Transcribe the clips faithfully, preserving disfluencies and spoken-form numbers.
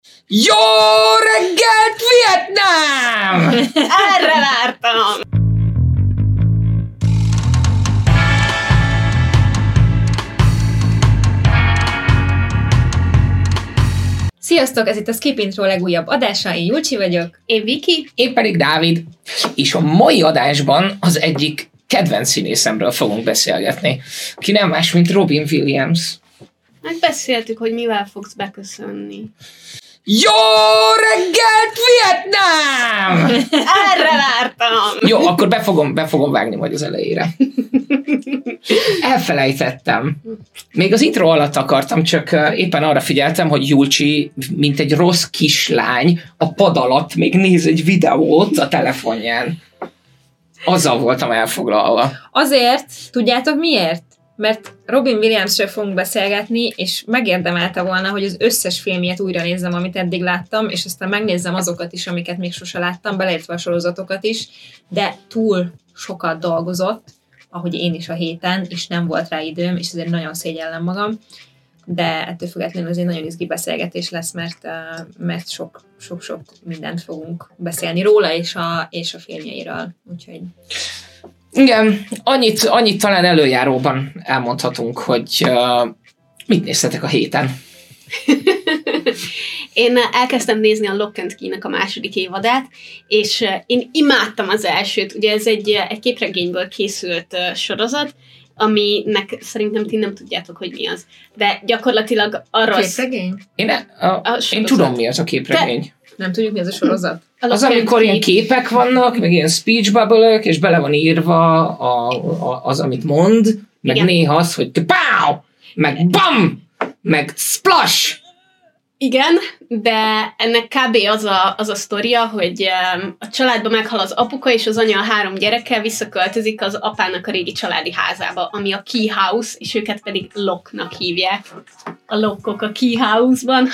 Jó reggelt, Vietnám! Erre vártam! Sziasztok, ez itt a Skip Intro legújabb adása, én Julcsi vagyok. Én Viki. Én pedig Dávid. És a mai adásban az egyik kedvenc színészemről fogunk beszélgetni, ki nem más, mint Robin Williams. Megbeszéltük, hogy mivel fogsz beköszönni. Jó reggelt, Vietnám! Erre vártam! Jó, akkor be fogom, be fogom vágni majd az elejére. Elfelejtettem. Még az intro alatt akartam, csak éppen arra figyeltem, hogy Julcsi, mint egy rossz kislány, a pad alatt még néz egy videót a telefonján. Azzal voltam elfoglalva. Azért, tudjátok miért? Mert Robin Williamsről fogunk beszélgetni, és megérdemelte volna, hogy az összes filmjét újra nézzem, amit eddig láttam, és aztán megnézzem azokat is, amiket még sose láttam, beleértve a sorozatokat is, de túl sokat dolgozott, ahogy én is a héten, és nem volt rá időm, és ezért nagyon szégyellem magam, de ettől függetlenül ez egy nagyon izgi beszélgetés lesz, mert, mert sok, sok-sok mindent fogunk beszélni róla, és a, és a filmjeiről, úgyhogy... Igen, annyit, annyit talán előjáróban elmondhatunk, hogy uh, mit néztetek a héten? Én elkezdtem nézni a Lock and Key-nek a második évadát, és én imádtam az elsőt. Ugye ez egy, egy képregényből készült sorozat, aminek szerintem ti nem tudjátok, hogy mi az. De gyakorlatilag arról... Képregény? Én, a, a én tudom, mi az a képregény. De... Nem tudjuk, mi az a sorozat? Az, amikor ilyen képek vannak, meg ilyen speech bubble-ök, és bele van írva a, a, az, amit mond, meg igen. Néha az, hogy pow, meg bam, meg splash. Igen, de ennek kb. az a, az a sztoria, hogy a családban meghal az apuka, és az anya a három gyerekkel visszaköltözik az apának a régi családi házába, ami a Key House, és őket pedig Locknak hívják. A Lockok a Key House-ban.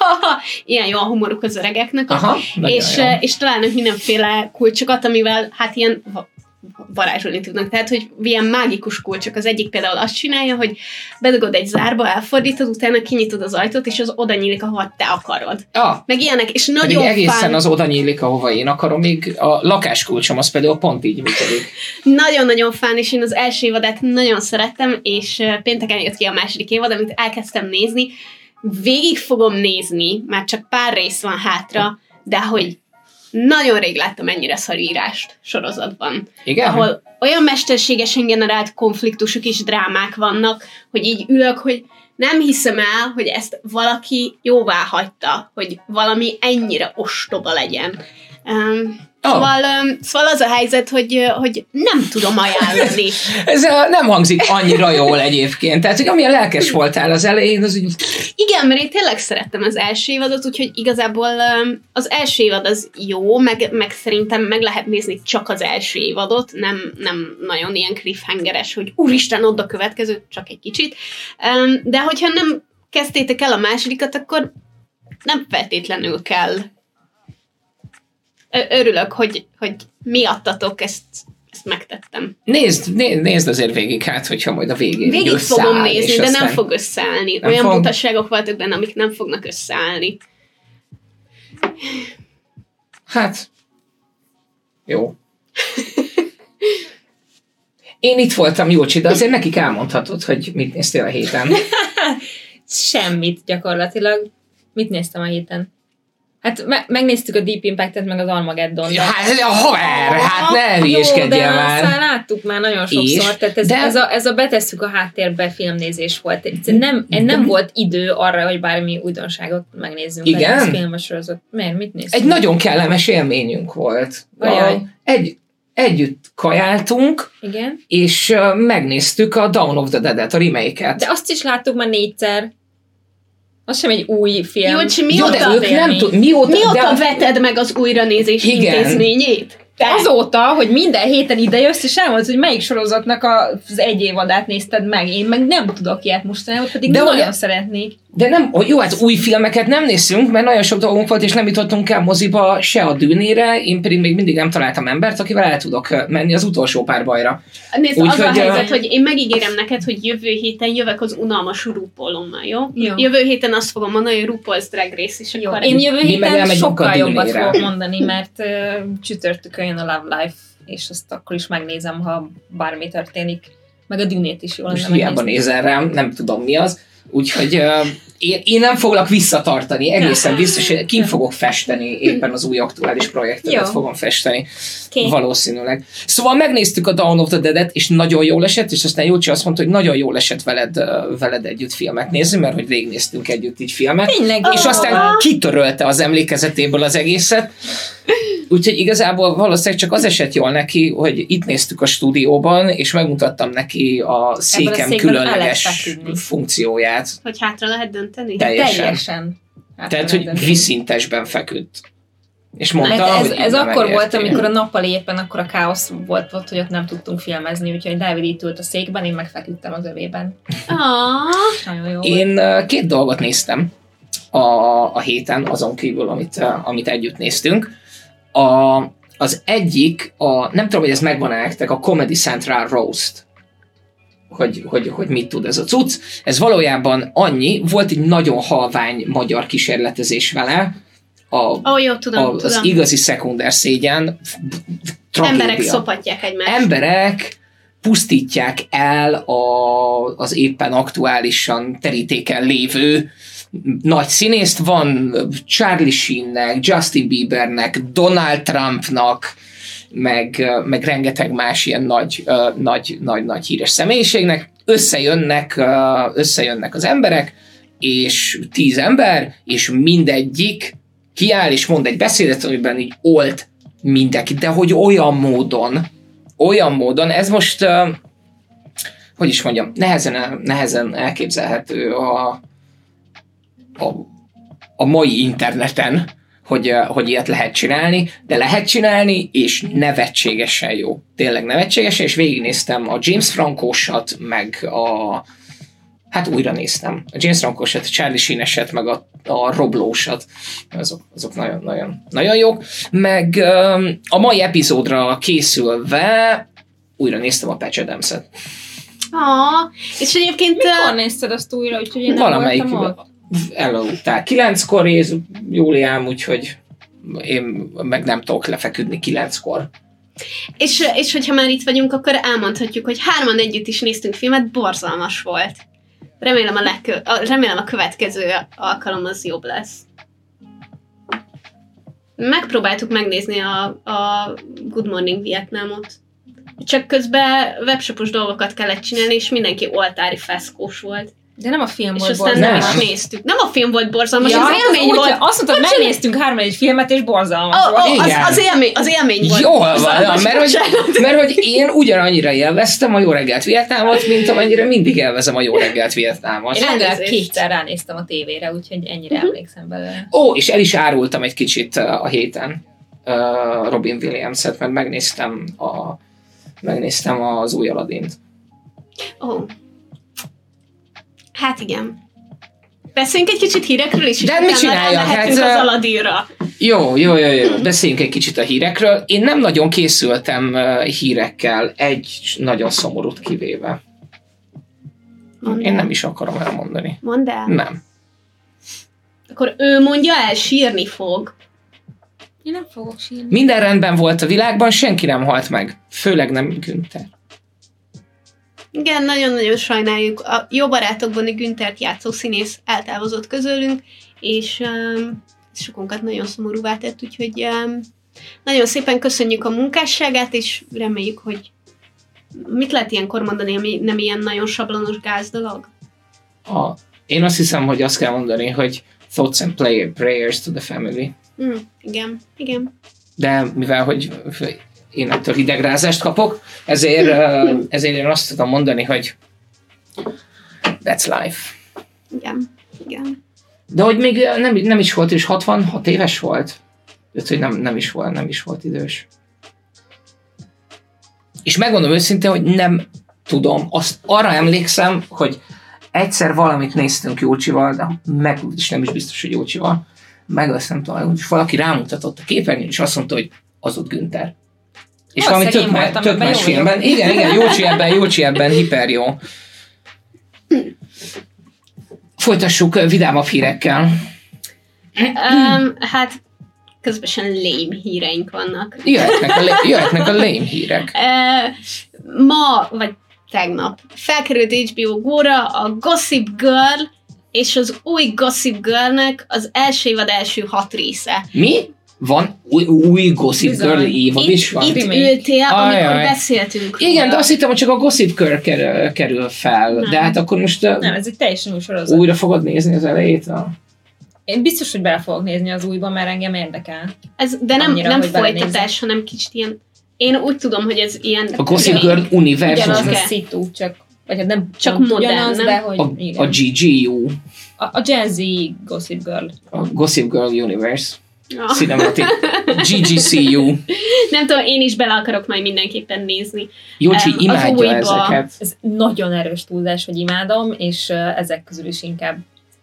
Ilyen jó a humoruk az öregeknek. Aha, és, és találnak mindenféle kulcsokat, amivel hát ilyen... varázsolni tudnak. Tehát, hogy ilyen mágikus kulcsok. Az egyik például azt csinálja, hogy bedugod egy zárba, elfordítod, utána kinyitod az ajtót, és az oda nyílik, ahova te akarod. Ah, meg ilyenek, és nagyon pedig egészen fán... az oda nyílik, ahova én akarom, még a lakáskulcsom az például pont így működik. Nagyon-nagyon fán, és én az első évadát nagyon szerettem, és pénteken jött ki a második évad, amit elkezdtem nézni. Végig fogom nézni, már csak pár rész van hátra, de hogy nagyon rég láttam ennyire szarírást sorozatban. Igen? Ahol olyan mesterségesen generált konfliktusok és drámák vannak, hogy így ülök, hogy nem hiszem el, hogy ezt valaki jóvá hagyta, hogy valami ennyire ostoba legyen. Um, oh. szóval, um, szóval az a helyzet, hogy, hogy nem tudom ajánlani. Ez uh, nem hangzik annyira jól egyébként. Tehát, hogy amilyen lelkes voltál az elején, az úgy... Igen, mert én tényleg szerettem az első évadot, úgyhogy igazából um, az első évad az jó, meg, meg szerintem meg lehet nézni csak az első évadot, nem, nem nagyon ilyen cliffhangeres, hogy úristen, oda következő, csak egy kicsit. Um, de hogyha nem kezdtétek el a másodikat, akkor nem feltétlenül kell. Örülök, hogy, hogy miattatok ezt, ezt megtettem. Nézd, nézd, nézd azért végig, hát, hogyha majd a végén végig összeáll, fogom nézni, de aztán... nem fog összeállni. Nem Olyan fog... butaságok voltak benne, amik nem fognak összeállni. Hát, jó. Én itt voltam, Jócsi, de azért nekik elmondhatod, hogy mit néztél a héten. Semmit gyakorlatilag. Mit néztem a héten? Hát me- megnéztük a Deep Impact-et, meg az Armageddon. Ja, hát haver, hát ne hülyéskedjél már. De aztán láttuk már nagyon sokszor, és? Tehát ez, de... ez, a, ez a betesszük a háttérbe filmnézés volt. Nem, nem de... volt idő arra, hogy bármi újdonságot megnézzünk. Igen? Ez filmsorozat. Miért? Mit néztünk? Egy nagyon kellemes élményünk volt. A, egy, együtt kajáltunk, igen? És uh, megnéztük a Dawn of the Dead-et, a remake-et. De azt is láttuk már négyszer. Az sem egy új film. Jó, hogy mióta, Jó, ők nem tud, mióta, mióta de... veted meg az újranézés igen. intézményét? Te. Azóta, hogy minden héten idejössz, és elmondod, hogy melyik sorozatnak az egy évadát nézted meg. Én meg nem tudok ilyet mostanában, pedig de nagyon olyan, szeretnék. De nem, jó, hát új filmeket nem néztünk, mert nagyon sok dolgunk volt, és nem jutottunk el moziba se a Dűnére, én pedig még mindig nem találtam embert, akivel el tudok menni az utolsó pár bajra. Nézd, Úgy, az hogy, a helyzet, uh, hogy én megígérem neked, hogy jövő héten jövök az unalmas RuPaulommal, jó? Jó. Jövő héten azt fogom mondani, hogy RuPaul's Drag Race, és Jó, akkor... én jövő Mi meg héten elmegyünk sokkal a jobbat Dűnére. fogok mondani, mert uh, csütörtökön jön a Love Life, és azt akkor is megnézem, ha bármi történik. Meg a Dűnét is jól Most lenne hiába megnézni. nézel rám, nem tudom mi az. Úgyhogy uh, én, én nem foglak visszatartani, egészen biztos, hogy kint fogok festeni, éppen az új aktuális projektemet Jó. fogom festeni. Okay. Valószínűleg. Szóval megnéztük a Dawn of the Dead-et, és nagyon jól esett, és aztán Jócsi azt mondta, hogy nagyon jól esett veled, uh, veled együtt filmet nézni, mert hogy végignéztünk együtt így filmet. Tényleg És jó aztán volt. kitörölte az emlékezetéből az egészet. Úgyhogy igazából valószínűleg csak az esett jól neki, hogy itt néztük a stúdióban, és megmutattam neki a székem székben különleges el lehet feküdni. funkcióját. Hogy hátra lehet dönteni? Teljesen. Teljesen. Hát Tehát, nem hogy tudom. vízszintesben feküdt. És mondta, Hát ez, hogy ez nem akkor volt, megérti. amikor a nappal éppen akkor a káosz volt, volt, hogy ott nem tudtunk filmezni, úgyhogy Dávid itt ült a székben, én megfeküdtem az övében. Ah, Nagyon jó volt. Én uh, két dolgot néztem a, a héten, azon kívül, amit, uh, amit együtt néztünk. A, az egyik, a, nem tudom, hogy ez megvan nektek, a Comedy Central Roast. Hogy, hogy, hogy mit tud ez a cucc. Ez valójában annyi, volt egy nagyon halvány magyar kísérletezés vele, a, ó, oh, jó, tudom, a, az tudom. igazi szekunder szégyen, tragédia. Emberek szopatják egymást. Emberek pusztítják el a, az éppen aktuálisan terítéken lévő nagy színészt. Van Charlie Sheennek, Justin Biebernek, Donald Trumpnak, meg, meg rengeteg más ilyen nagy, nagy, nagy, nagy híres személyiségnek. Összejönnek, összejönnek az emberek, és tíz ember, és mindegyik kiáll és mond egy beszédet, amiben így olt mindenki, de hogy olyan módon, olyan módon, ez most, uh, hogy is mondjam, nehezen, nehezen elképzelhető a, a, a mai interneten, hogy, uh, hogy ilyet lehet csinálni, de lehet csinálni, és nevetségesen jó. Tényleg nevetségesen, és végignéztem a James Franco-sat, meg a hát újra néztem. A James Franco-sat, a Charlie Sheen-eset, meg a, a Rob Lowe-sat. Azok, azok nagyon, nagyon, nagyon jók. Meg um, a mai epizódra készülve újra néztem a Patch Adams-et. Ah, és egyébként... Mikor uh, nézted azt újra, úgyhogy én nem Valamelyik voltam ott? elaludtál kilenckor, és Júliám, úgyhogy én meg nem tudok lefeküdni kilenckor. És, és hogyha már itt vagyunk, akkor elmondhatjuk, hogy hárman együtt is néztünk filmet, borzalmas volt. Remélem a, legkö, a, remélem a következő alkalom az jobb lesz. Megpróbáltuk megnézni a, a Good Morning Vietnamot. Csak közben webshopos dolgokat kellett csinálni, és mindenki oltári feszkós volt. De nem a film És volt aztán nem borzalmas. is néztük. Nem a film volt borzalmas, Ja, az élmény úgy, volt. Azt mondtad, Bocsánat. megnéztünk hárman egy filmet, és borzalmas Oh, volt. oh, az, Igen. az, élmény, az élmény volt. Jól van, borzalmas, mert hogy, bocsánat. mert hogy én ugyanannyira élveztem a Jó reggelt Vietnámot, mint amennyire mindig élvezem a Jó reggelt Vietnámot. Én legalább Elnézést. kétszer ránéztem a tévére, úgyhogy ennyire Uh-huh. emlékszem belőle. Ó, és el is árultam egy kicsit uh, a héten uh, Robin Williams-et, mert megnéztem, a, megnéztem az új Aladdint. Ó. Oh. Hát igen. Beszéljünk egy kicsit hírekről is, és De hát mit utána csináljak? rámehetünk Hát, az uh, Aladdinra. Jó, jó, jó, jó. Beszéljünk egy kicsit a hírekről. Én nem nagyon készültem uh, hírekkel, egy nagyon szomorút kivéve. Mondd Én el. nem is akarom elmondani. Mondd el. Nem. Akkor ő mondja el, sírni fog. Én nem fogok sírni. Minden rendben volt a világban, senki nem halt meg. Főleg nem Günther. Igen, nagyon-nagyon sajnáljuk. A Jó barátokban a Günthert játszó színész eltávozott közülünk, és um, ez sokunkat nagyon szomorúvá tett, úgyhogy um, nagyon szépen köszönjük a munkásságát, és reméljük, hogy mit lehet ilyenkor mondani, ami nem ilyen nagyon sablonos gáz dolog? A, én azt hiszem, hogy azt kell mondani, hogy thoughts and play, prayers to the family. Mm, igen, igen. De mivel, hogy én ettől hidegrázást kapok, ezért, uh, ezért én azt tudom mondani, hogy that's life. Igen, igen. De hogy még nem, nem is volt, és hatvanhat éves volt. Tehát, hogy nem, nem is volt, nem is volt idős. És megmondom őszintén, hogy nem tudom, azt arra emlékszem, hogy egyszer valamit néztünk Júlcsival, de meg, és nem is biztos, hogy Júlcsival, meg azt nem tudom, hogy valaki rámutatott a képernyőn, és azt mondta, hogy az ott Günther. És Ó, valami tök, voltam, tök más filmben. Igen, igen, Júlcsi ebben, Júlcsi ebben hiper jó. Folytassuk vidámabb hírekkel. Um, hát közben lame híreink vannak. Jöhetnek a, jöhetnek a lame hírek. Uh, ma, vagy tegnap felkerült há bé o Go-ra a Gossip Girl, és az új Gossip Girlnek az első évad első hat része. Mi? Van új, új Gossip Girl évad itt, is van? Itt ültél, amikor Ajaj. beszéltünk Igen, róla. de azt hittem, hogy csak a Gossip Girl kerül, kerül fel. Nem. De hát akkor most Nem, ez egy teljesen új sorozat. újra fogod nézni az elejét? A... Én biztos, hogy bele fogok nézni az újban, mert engem érdekel. Ez, de nem, Annyira, nem hogy folytatás, belenézek. hanem kicsit ilyen... Én úgy tudom, hogy ez ilyen... A Gossip Girl univerzum. Ugyanaz a Oké. szitu, csak vagy hát nem Csak pont modern, ugyanaz, nem? de hogy A, igen. a gé gé u, A, a Gen Z Gossip Girl. a Gossip Girl Universe, Ah. Cinematic, gé gé cé u. Nem tudom, én is bele akarok majd mindenképpen nézni. Jócsi Em, az imádja újba. ezeket. Ez nagyon erős túlzás, hogy imádom, és uh, ezek közül is inkább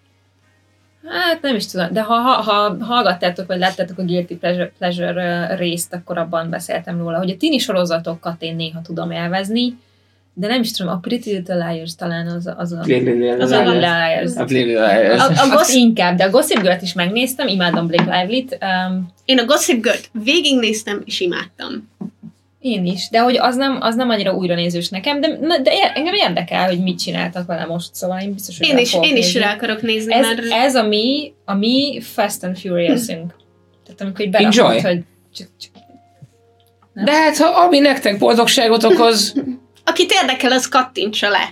hát nem is tudom, de ha, ha, ha hallgattátok, vagy láttátok a Guilty Pleasure, pleasure uh, részt, akkor abban beszéltem róla, hogy a tini sorozatokat én néha tudom élvezni, de nem is tudom, a Pretty Little Liars talán az, az a... Az a a Liars. A Little Liars. A- a Azt Gossip- inkább, de a Gossip Girl-t is megnéztem, imádom Blake Lively-t. Um, Én a Gossip Girl-t végignéztem, és imádtam. én is, de hogy az nem, az nem annyira újranézős nekem, de, na, de ér- engem érdekel, hogy mit csináltak vele most, szóval én biztos, hogy Én rá is, fogok én is nézni. rá akarok nézni, Ez, mert... ez a mi, a mi Fast and Furious-ünk. Tehát amikor így Enjoy. berakod, hogy csak, csak De hát, ha ami nektek boldogságot okoz, Akit érdekel, az kattintsa le.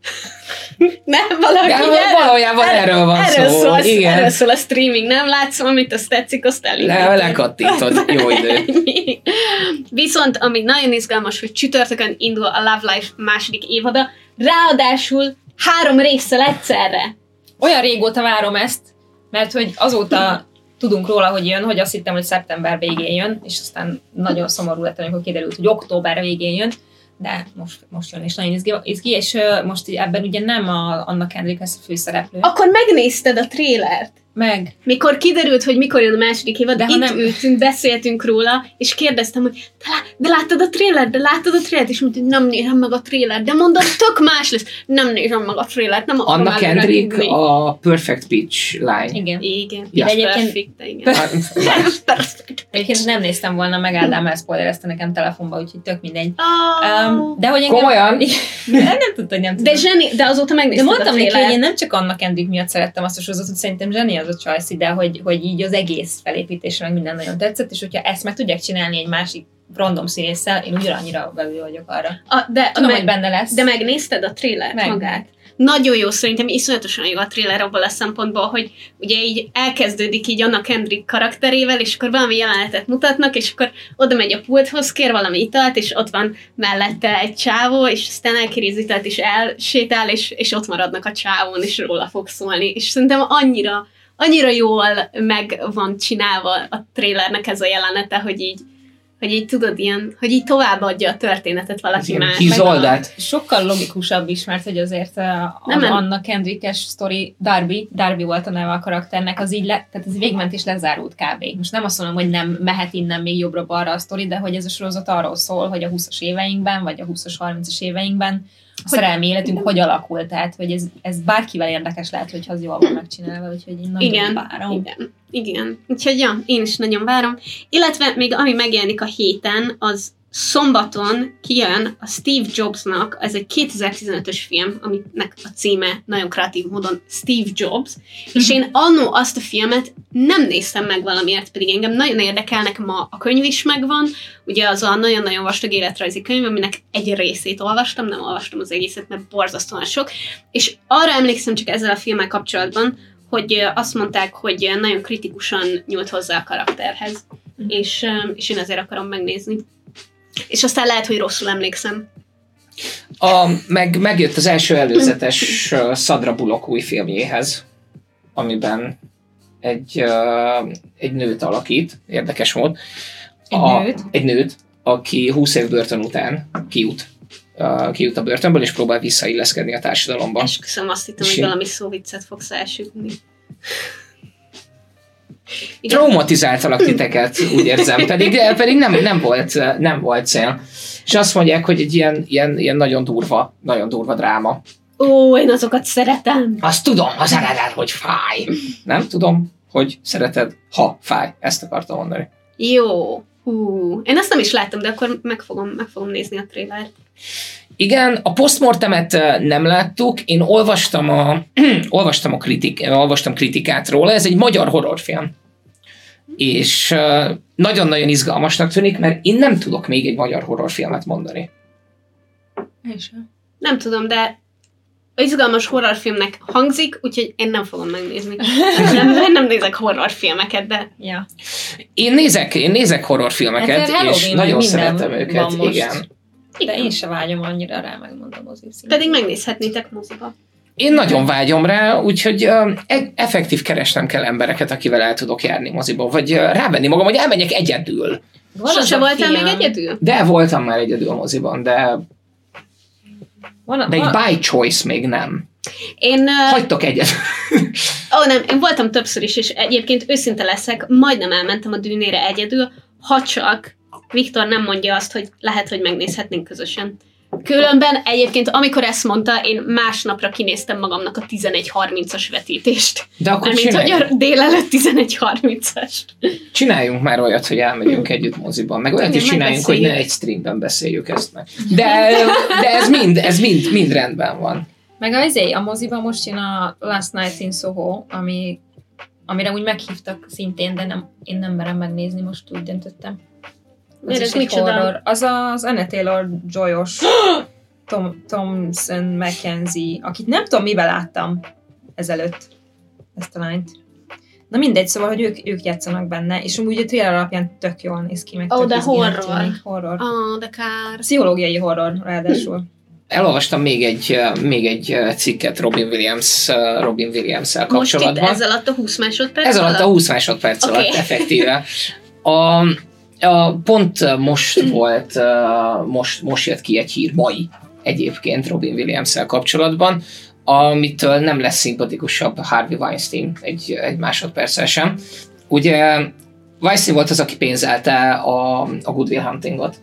Nem, valahogy de így erről- valójában erről van erről szó. szól, Igen. erről szól a streaming, nem látszom, amit azt tetszik, azt elindítod. Le, lekattintod. Jó idő. Ennyi. Viszont, ami nagyon izgalmas, hogy csütörtökön indul a Love Life második évada, ráadásul három résszel egyszerre. olyan régóta várom ezt, mert hogy azóta tudunk róla, hogy jön, hogy azt hittem, hogy szeptember végén jön, és aztán nagyon szomorú lett, amikor kiderült, hogy október végén jön, de most, most jön, és nagyon izgi, izgi és uh, most ebben ugye nem a Anna Kendrick lesz a főszereplő. Akkor megnézted a trélert? Meg. Mikor kiderült, hogy mikor jön a második évad, De de ha itt nem- ültünk, beszéltünk róla, és kérdeztem, hogy de, lá- de láttad a trélert, de láttad a trélert, és mondta, hogy nem nézem meg a trélert, de mondom, tök más lesz, nem nézem meg a trélert, nem akarom Anna előre Kendrick tudni. a Perfect Pitch lány. Igen. Igen, Ja. ja. Egyébként- perfekt, igen. Hát, Perfekt. Egyébként nem néztem volna meg, Ádám elszpoilerezte nekem telefonba, úgyhogy tök mindegy. Oh. Um, de hogy engem... Komolyan? nem, nem tudta, hogy nem De tudom. zseni, de azóta De megnézted mondtam a neki, hogy trélert. én nem csak Anna Kendrick miatt szerettem azt a sorozatot, szerintem zseni az a Chelsea, de hogy, hogy így az egész felépítése meg minden nagyon tetszett, és hogyha ezt meg tudják csinálni egy másik random színésszel, én ugyanannyira belül vagyok arra. A, de, Tudom, meg, hogy benne lesz. de megnézted a trélert Meg. magát? Nagyon jó, szerintem iszonyatosan jó a thriller abban a szempontból, hogy ugye így elkezdődik így Anna Kendrick karakterével, és akkor valami jelenetet mutatnak, és akkor oda megy a pulthoz, kér valami italt, és ott van mellette egy csávó, és aztán elkéri az italt, és elsétál, és, és ott maradnak a csávón, és róla fog szólni. És szerintem annyira, annyira jól meg van csinálva a trailernek ez a jelenete, hogy így hogy így tudod ilyen, hogy így továbbadja a történetet valaki más. Kizoldált. Sokkal logikusabb is, mert hogy azért uh, az nem. Anna Kendrickes sztori, Darby, Darby volt a neve a karakternek, az így le, tehát ez végment és lezárult kb. Most nem azt mondom, hogy nem mehet innen még jobbra-balra a sztori, de hogy ez a sorozat arról szól, hogy a húszas éveinkben, vagy a húszas harmincas éveinkben a szerelmi életünk hogy alakult, tehát hogy ez, ez bárkivel érdekes lehet, hogyha az jól van megcsinálva, úgyhogy én nagyon Igen, várom. igen, igen. Úgyhogy ja, én is nagyon várom. Illetve még ami megjelenik a héten, az szombaton kijön a Steve Jobsnak, ez egy kétezer-tizenötös film, aminek a címe nagyon kreatív módon Steve Jobs, és én annó azt a filmet nem néztem meg valamiért, pedig engem nagyon érdekel, nekem a, a könyv is megvan, ugye az a nagyon-nagyon vastag életrajzi könyv, aminek egy részét olvastam, nem olvastam az egészet, mert borzasztóan sok, és arra emlékszem csak ezzel a filmmel kapcsolatban, hogy azt mondták, hogy nagyon kritikusan nyúlt hozzá a karakterhez, Mhm. és, és én ezért akarom megnézni. És aztán lehet, hogy rosszul emlékszem. A, meg, megjött az első előzetes uh, Sandra Bullock új filmjéhez, amiben egy, uh, egy nőt alakít, érdekes mód. Egy a, nőt? Egy nőt, aki húsz év börtön után kijut. uh, kijut a börtönből, és próbál visszailleszkedni a társadalomba. Esküszöm, azt hittem, hogy valami szóviccet fogsz elsütni. Traumatizáltalak titeket, úgy érzem, pedig, pedig nem, nem, volt, nem volt cél. És azt mondják, hogy egy ilyen, ilyen, ilyen nagyon durva, nagyon durva dráma. Ó, én azokat szeretem. Azt tudom, az eredet, hogy fáj. Nem tudom, hogy szereted, ha fáj. Ezt akartam mondani. Jó. Hú. Én ezt nem is láttam, de akkor meg fogom, meg fogom nézni a trailert. Igen, a Postmortemet nem láttuk, én olvastam, a, olvastam, a kritik, olvastam kritikát róla, ez egy magyar horrorfilm. És nagyon-nagyon izgalmasnak tűnik, mert én nem tudok még egy magyar horrorfilmet mondani. Én sem. Nem tudom, de izgalmas horrorfilmnek hangzik, úgyhogy én nem fogom megnézni. Nem, nem nézek horrorfilmeket, de... Ja. Én nézek, én nézek horrorfilmeket, hát, és nagyon szeretem őket. Igen. De én se vágyom annyira rá, megmondom az őszintén. Pedig megnézhetnétek moziba. Én nagyon vágyom rá, úgyhogy uh, effektív keresnem kell embereket, akivel el tudok járni moziba, vagy uh, rávenni magam, hogy elmenjek egyedül. Sose voltál még egyedül? De voltam már egyedül a moziban, de, van a, de egy van... by choice még nem. Én... Uh... Hagytok egyedül. Ó, oh, nem, én voltam többször is, és egyébként őszinte leszek, majdnem elmentem a Dűnére egyedül, ha csak Viktor nem mondja azt, hogy lehet, hogy megnézhetnénk közösen. Különben egyébként, amikor ezt mondta, én másnapra kinéztem magamnak a tizenegy harmincas vetítést. De akkor Mármint, hogy a délelőtt tizenegy harmincas. Csináljunk már olyat, hogy elmegyünk együtt moziban. Meg olyat is csináljunk, hogy ne egy streamben beszéljük ezt meg. De, de ez, mind, ez mind, mind rendben van. Meg azért, a moziban most jön a Last Night in Soho, ami, amire úgy meghívtak szintén, de nem, én nem merem megnézni, most úgy döntöttem. Az is egy horror. Az az Anna Taylor-Joy-os Tom, Thompson McKenzie, akit nem tudom, miben láttam ezelőtt ezt a lányt. Na mindegy, szóval, hogy ők, ők játszanak benne, és úgy a trailer alapján tök jól néz ki, meg Ó, tök de izgalmas horror. tűnik. Horror. Ó, de kár. Pszichológiai horror, ráadásul. Elolvastam még egy, még egy cikket Robin Williams, Robin Williams-szel kapcsolatban. Most itt ez alatt a húsz másodperc Ez alatt alatt? a húsz másodperc Okay. alatt, effektíve. A, a, pont most volt, most, most jött ki egy hír, mai egyébként Robin Williams-szel kapcsolatban, amitől nem lesz szimpatikusabb Harvey Weinstein egy, egy másodperccel sem. Ugye Weinstein volt az, aki pénzelte a, a Good Will Huntingot.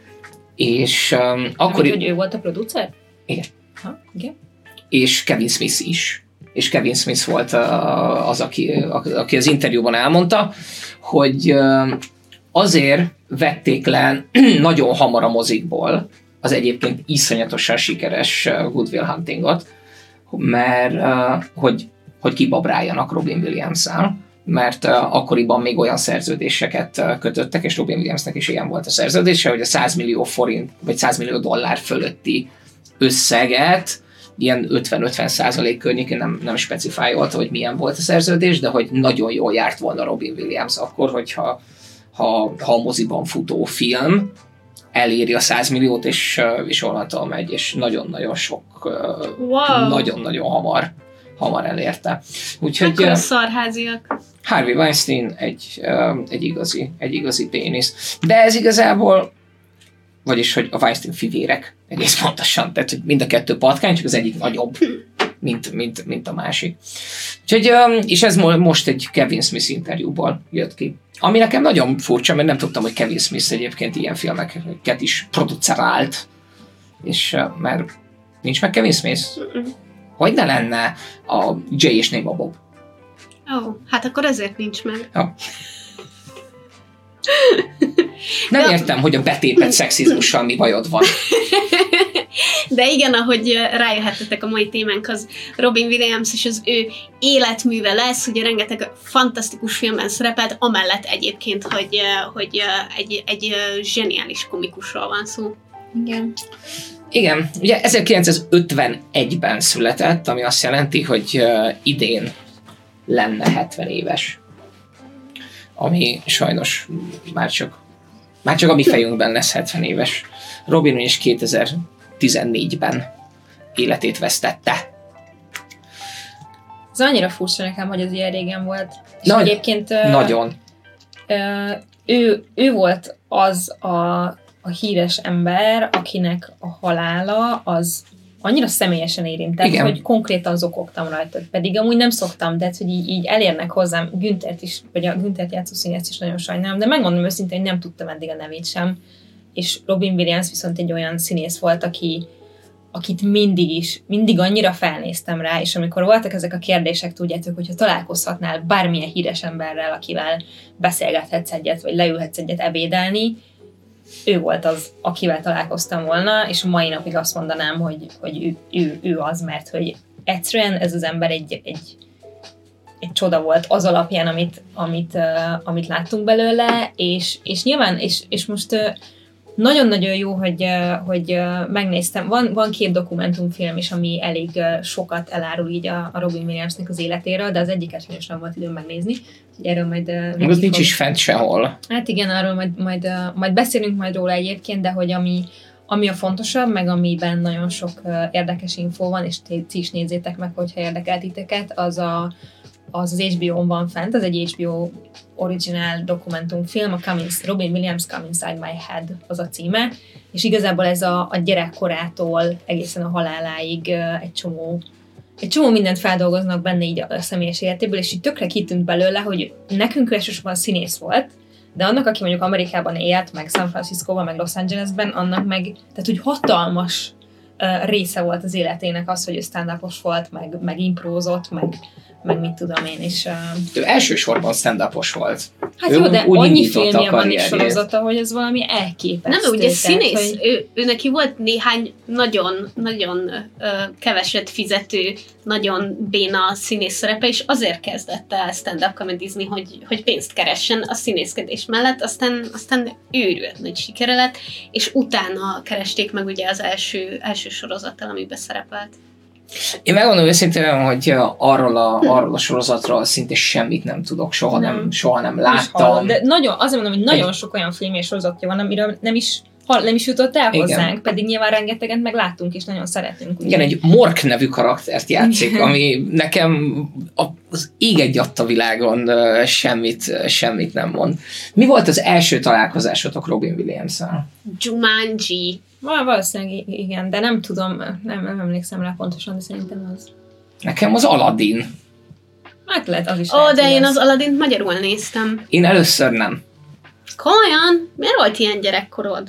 És um, akkor... Amit, hogy ő volt a producer? Igen. Ha, igen. És Kevin Smith is. És Kevin Smith volt uh, az, aki, aki az interjúban elmondta, hogy uh, azért vették le nagyon hamar a mozikból az egyébként iszonyatosan sikeres uh, Good Will Huntingot, mert uh, hogy, hogy kibabráljanak Robin Williams-szel, mert uh, akkoriban még olyan szerződéseket uh, kötöttek, és Robin Williamsnek is ilyen volt a szerződése, hogy a száz millió forint, vagy száz millió dollár fölötti összeget, ilyen ötven-ötven százalék környékén nem, nem specifájolta, hogy milyen volt a szerződés, de hogy nagyon jól járt volna Robin Williams akkor, hogyha ha, ha a moziban futó film eléri a száz milliót, és, és onnantól megy, és nagyon-nagyon sok, wow. nagyon-nagyon hamar, hamar elérte. Úgyhogy Mekkora szarháziak. Harvey Weinstein egy, egy, igazi, egy igazi pénisz. De ez igazából, vagyis, hogy a Weinstein fivérek, egész pontosan, tehát, hogy mind a kettő patkány, csak az egyik nagyobb, mint, mint, mint a másik. Úgyhogy, és ez most egy Kevin Smith interjúból jött ki. Ami nekem nagyon furcsa, mert nem tudtam, hogy Kevin Smith egyébként ilyen filmeket is producerált, és mert nincs meg Kevin Smith? Hogy ne lenne a Jay és Néma Bob? Ó, oh, hát akkor ezért nincs meg. Ja. Nem De... értem, hogy a betépett szexizmussal mi bajod van. De igen, ahogy rájöhettetek, a mai témánkhoz Robin Williams és az ő életműve lesz, ugye rengeteg fantasztikus filmben szerepelt, amellett egyébként, hogy, hogy egy, egy zseniális komikusról van szó. Igen. Igen, ugye ezerkilencszázötvenegyben született, ami azt jelenti, hogy idén lenne hetven éves. Ami sajnos már csak, már csak a mi fejünkben lesz hetven éves. Robin is kétezer-tizennégyben életét vesztette. Ez annyira furcsa nekem, hogy az ilyen régen volt. És Na, egyébként nagyon. Ö, ő, ő volt az a, a híres ember, akinek a halála az annyira személyesen érintett, Igen. hogy konkrétan zokogtam rajta. Pedig amúgy nem szoktam, tehát hogy így, így elérnek hozzám Günthert is, vagy a Günthert játszó színészt is nagyon sajnálom, de megmondom őszintén, hogy nem tudtam eddig a nevét sem. És Robin Williams viszont egy olyan színész volt, aki, akit mindig is, mindig annyira felnéztem rá, és amikor voltak ezek a kérdések, tudjátok, hogyha találkozhatnál bármilyen híres emberrel, akivel beszélgethetsz egyet, vagy leülhetsz egyet ebédelni, ő volt az, akivel találkoztam volna, és a mai napig azt mondanám, hogy, hogy ő, ő, ő az, mert hogy egyszerűen ez az ember egy, egy, egy csoda volt az alapján, amit, amit, uh, amit láttunk belőle, és, és nyilván, és, és most uh, nagyon-nagyon jó, hogy, uh, hogy uh, megnéztem. Van, van két dokumentumfilm is, ami elég uh, sokat elárul így a, a Robin Williamsnek az életéről, de az egyiket sajnos nem volt időm megnézni. Erről majd... Uh, az nincs is fent sehol. Hát igen, arról majd, majd, uh, majd beszélünk majd róla egyébként, de hogy ami, ami a fontosabb, meg amiben nagyon sok uh, érdekes infó van, és ti is nézzétek meg, hogyha érdekel titeket, az a, az, az há bé ó-n van fent, az egy há bé ó originál dokumentumfilm, a Come in, Robin Williams Come Inside My Head az a címe, és igazából ez a, a gyerekkorától egészen a haláláig uh, egy csomó egy csomó mindent feldolgoznak benne így a személyes életéből, és így tökre kitűnt belőle, hogy nekünk elsősorban színész volt, de annak, aki mondjuk Amerikában élt, meg San Franciscóban, meg Los Angelesben, annak meg, tehát úgy hatalmas uh, része volt az életének az, hogy ő stand-upos volt, meg, meg imprózott, meg, meg mit tudom én, és... Uh... Ő elsősorban stand-upos volt. Hát ő jó, de úgy annyi indította filmje a van és karrierjét. sorozata, hogy ez valami elképesztő. Nem, ugye tehát, színész, hogy... ő, ő neki volt néhány nagyon, nagyon ö, keveset fizető, nagyon béna színész szerepe, és azért kezdett el stand-up comedizni, hogy, hogy pénzt keressen a színészkedés mellett, aztán, aztán őrült nagy sikere lett, és utána keresték meg ugye az első, első sorozattal, amiben szerepelt. Én megmondom őszintén, hogy arról a, arról a sorozatról szinte semmit nem tudok, soha nem, nem, soha nem láttam. De nagyon, azért mondom, hogy nagyon sok olyan film és sorozatja van, amiről nem is, nem is jutott el hozzánk, igen. Pedig nyilván rengeteget meg láttunk, és nagyon szeretünk. Ugye? Igen, egy Mork nevű karaktert játszik, igen. Ami nekem az ég egyat a világon semmit, semmit nem mond. Mi volt az első találkozásotok Robin Williams-szel? Jumanji. Valószínűleg igen, de nem tudom, nem, nem emlékszem rá pontosan, de szerintem az. Nekem az Aladdin. Hát lehet, az is Ó, lehet, de én az... az Aladdint magyarul néztem. Én először nem. Komolyan? Miért volt ilyen gyerekkorod?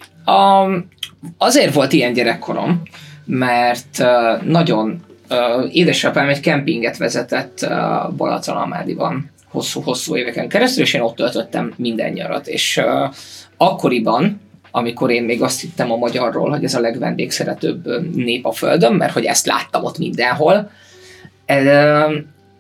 A, azért volt ilyen gyerekkorom, mert uh, nagyon uh, édesapám egy kempinget vezetett uh, Balatonalmádiban hosszú-hosszú éveken keresztül, és én ott töltöttem minden nyarat, és uh, akkoriban, amikor én még azt hittem a magyarról, hogy ez a legvendégszeretőbb nép a földön, mert hogy ezt láttam ott mindenhol, uh,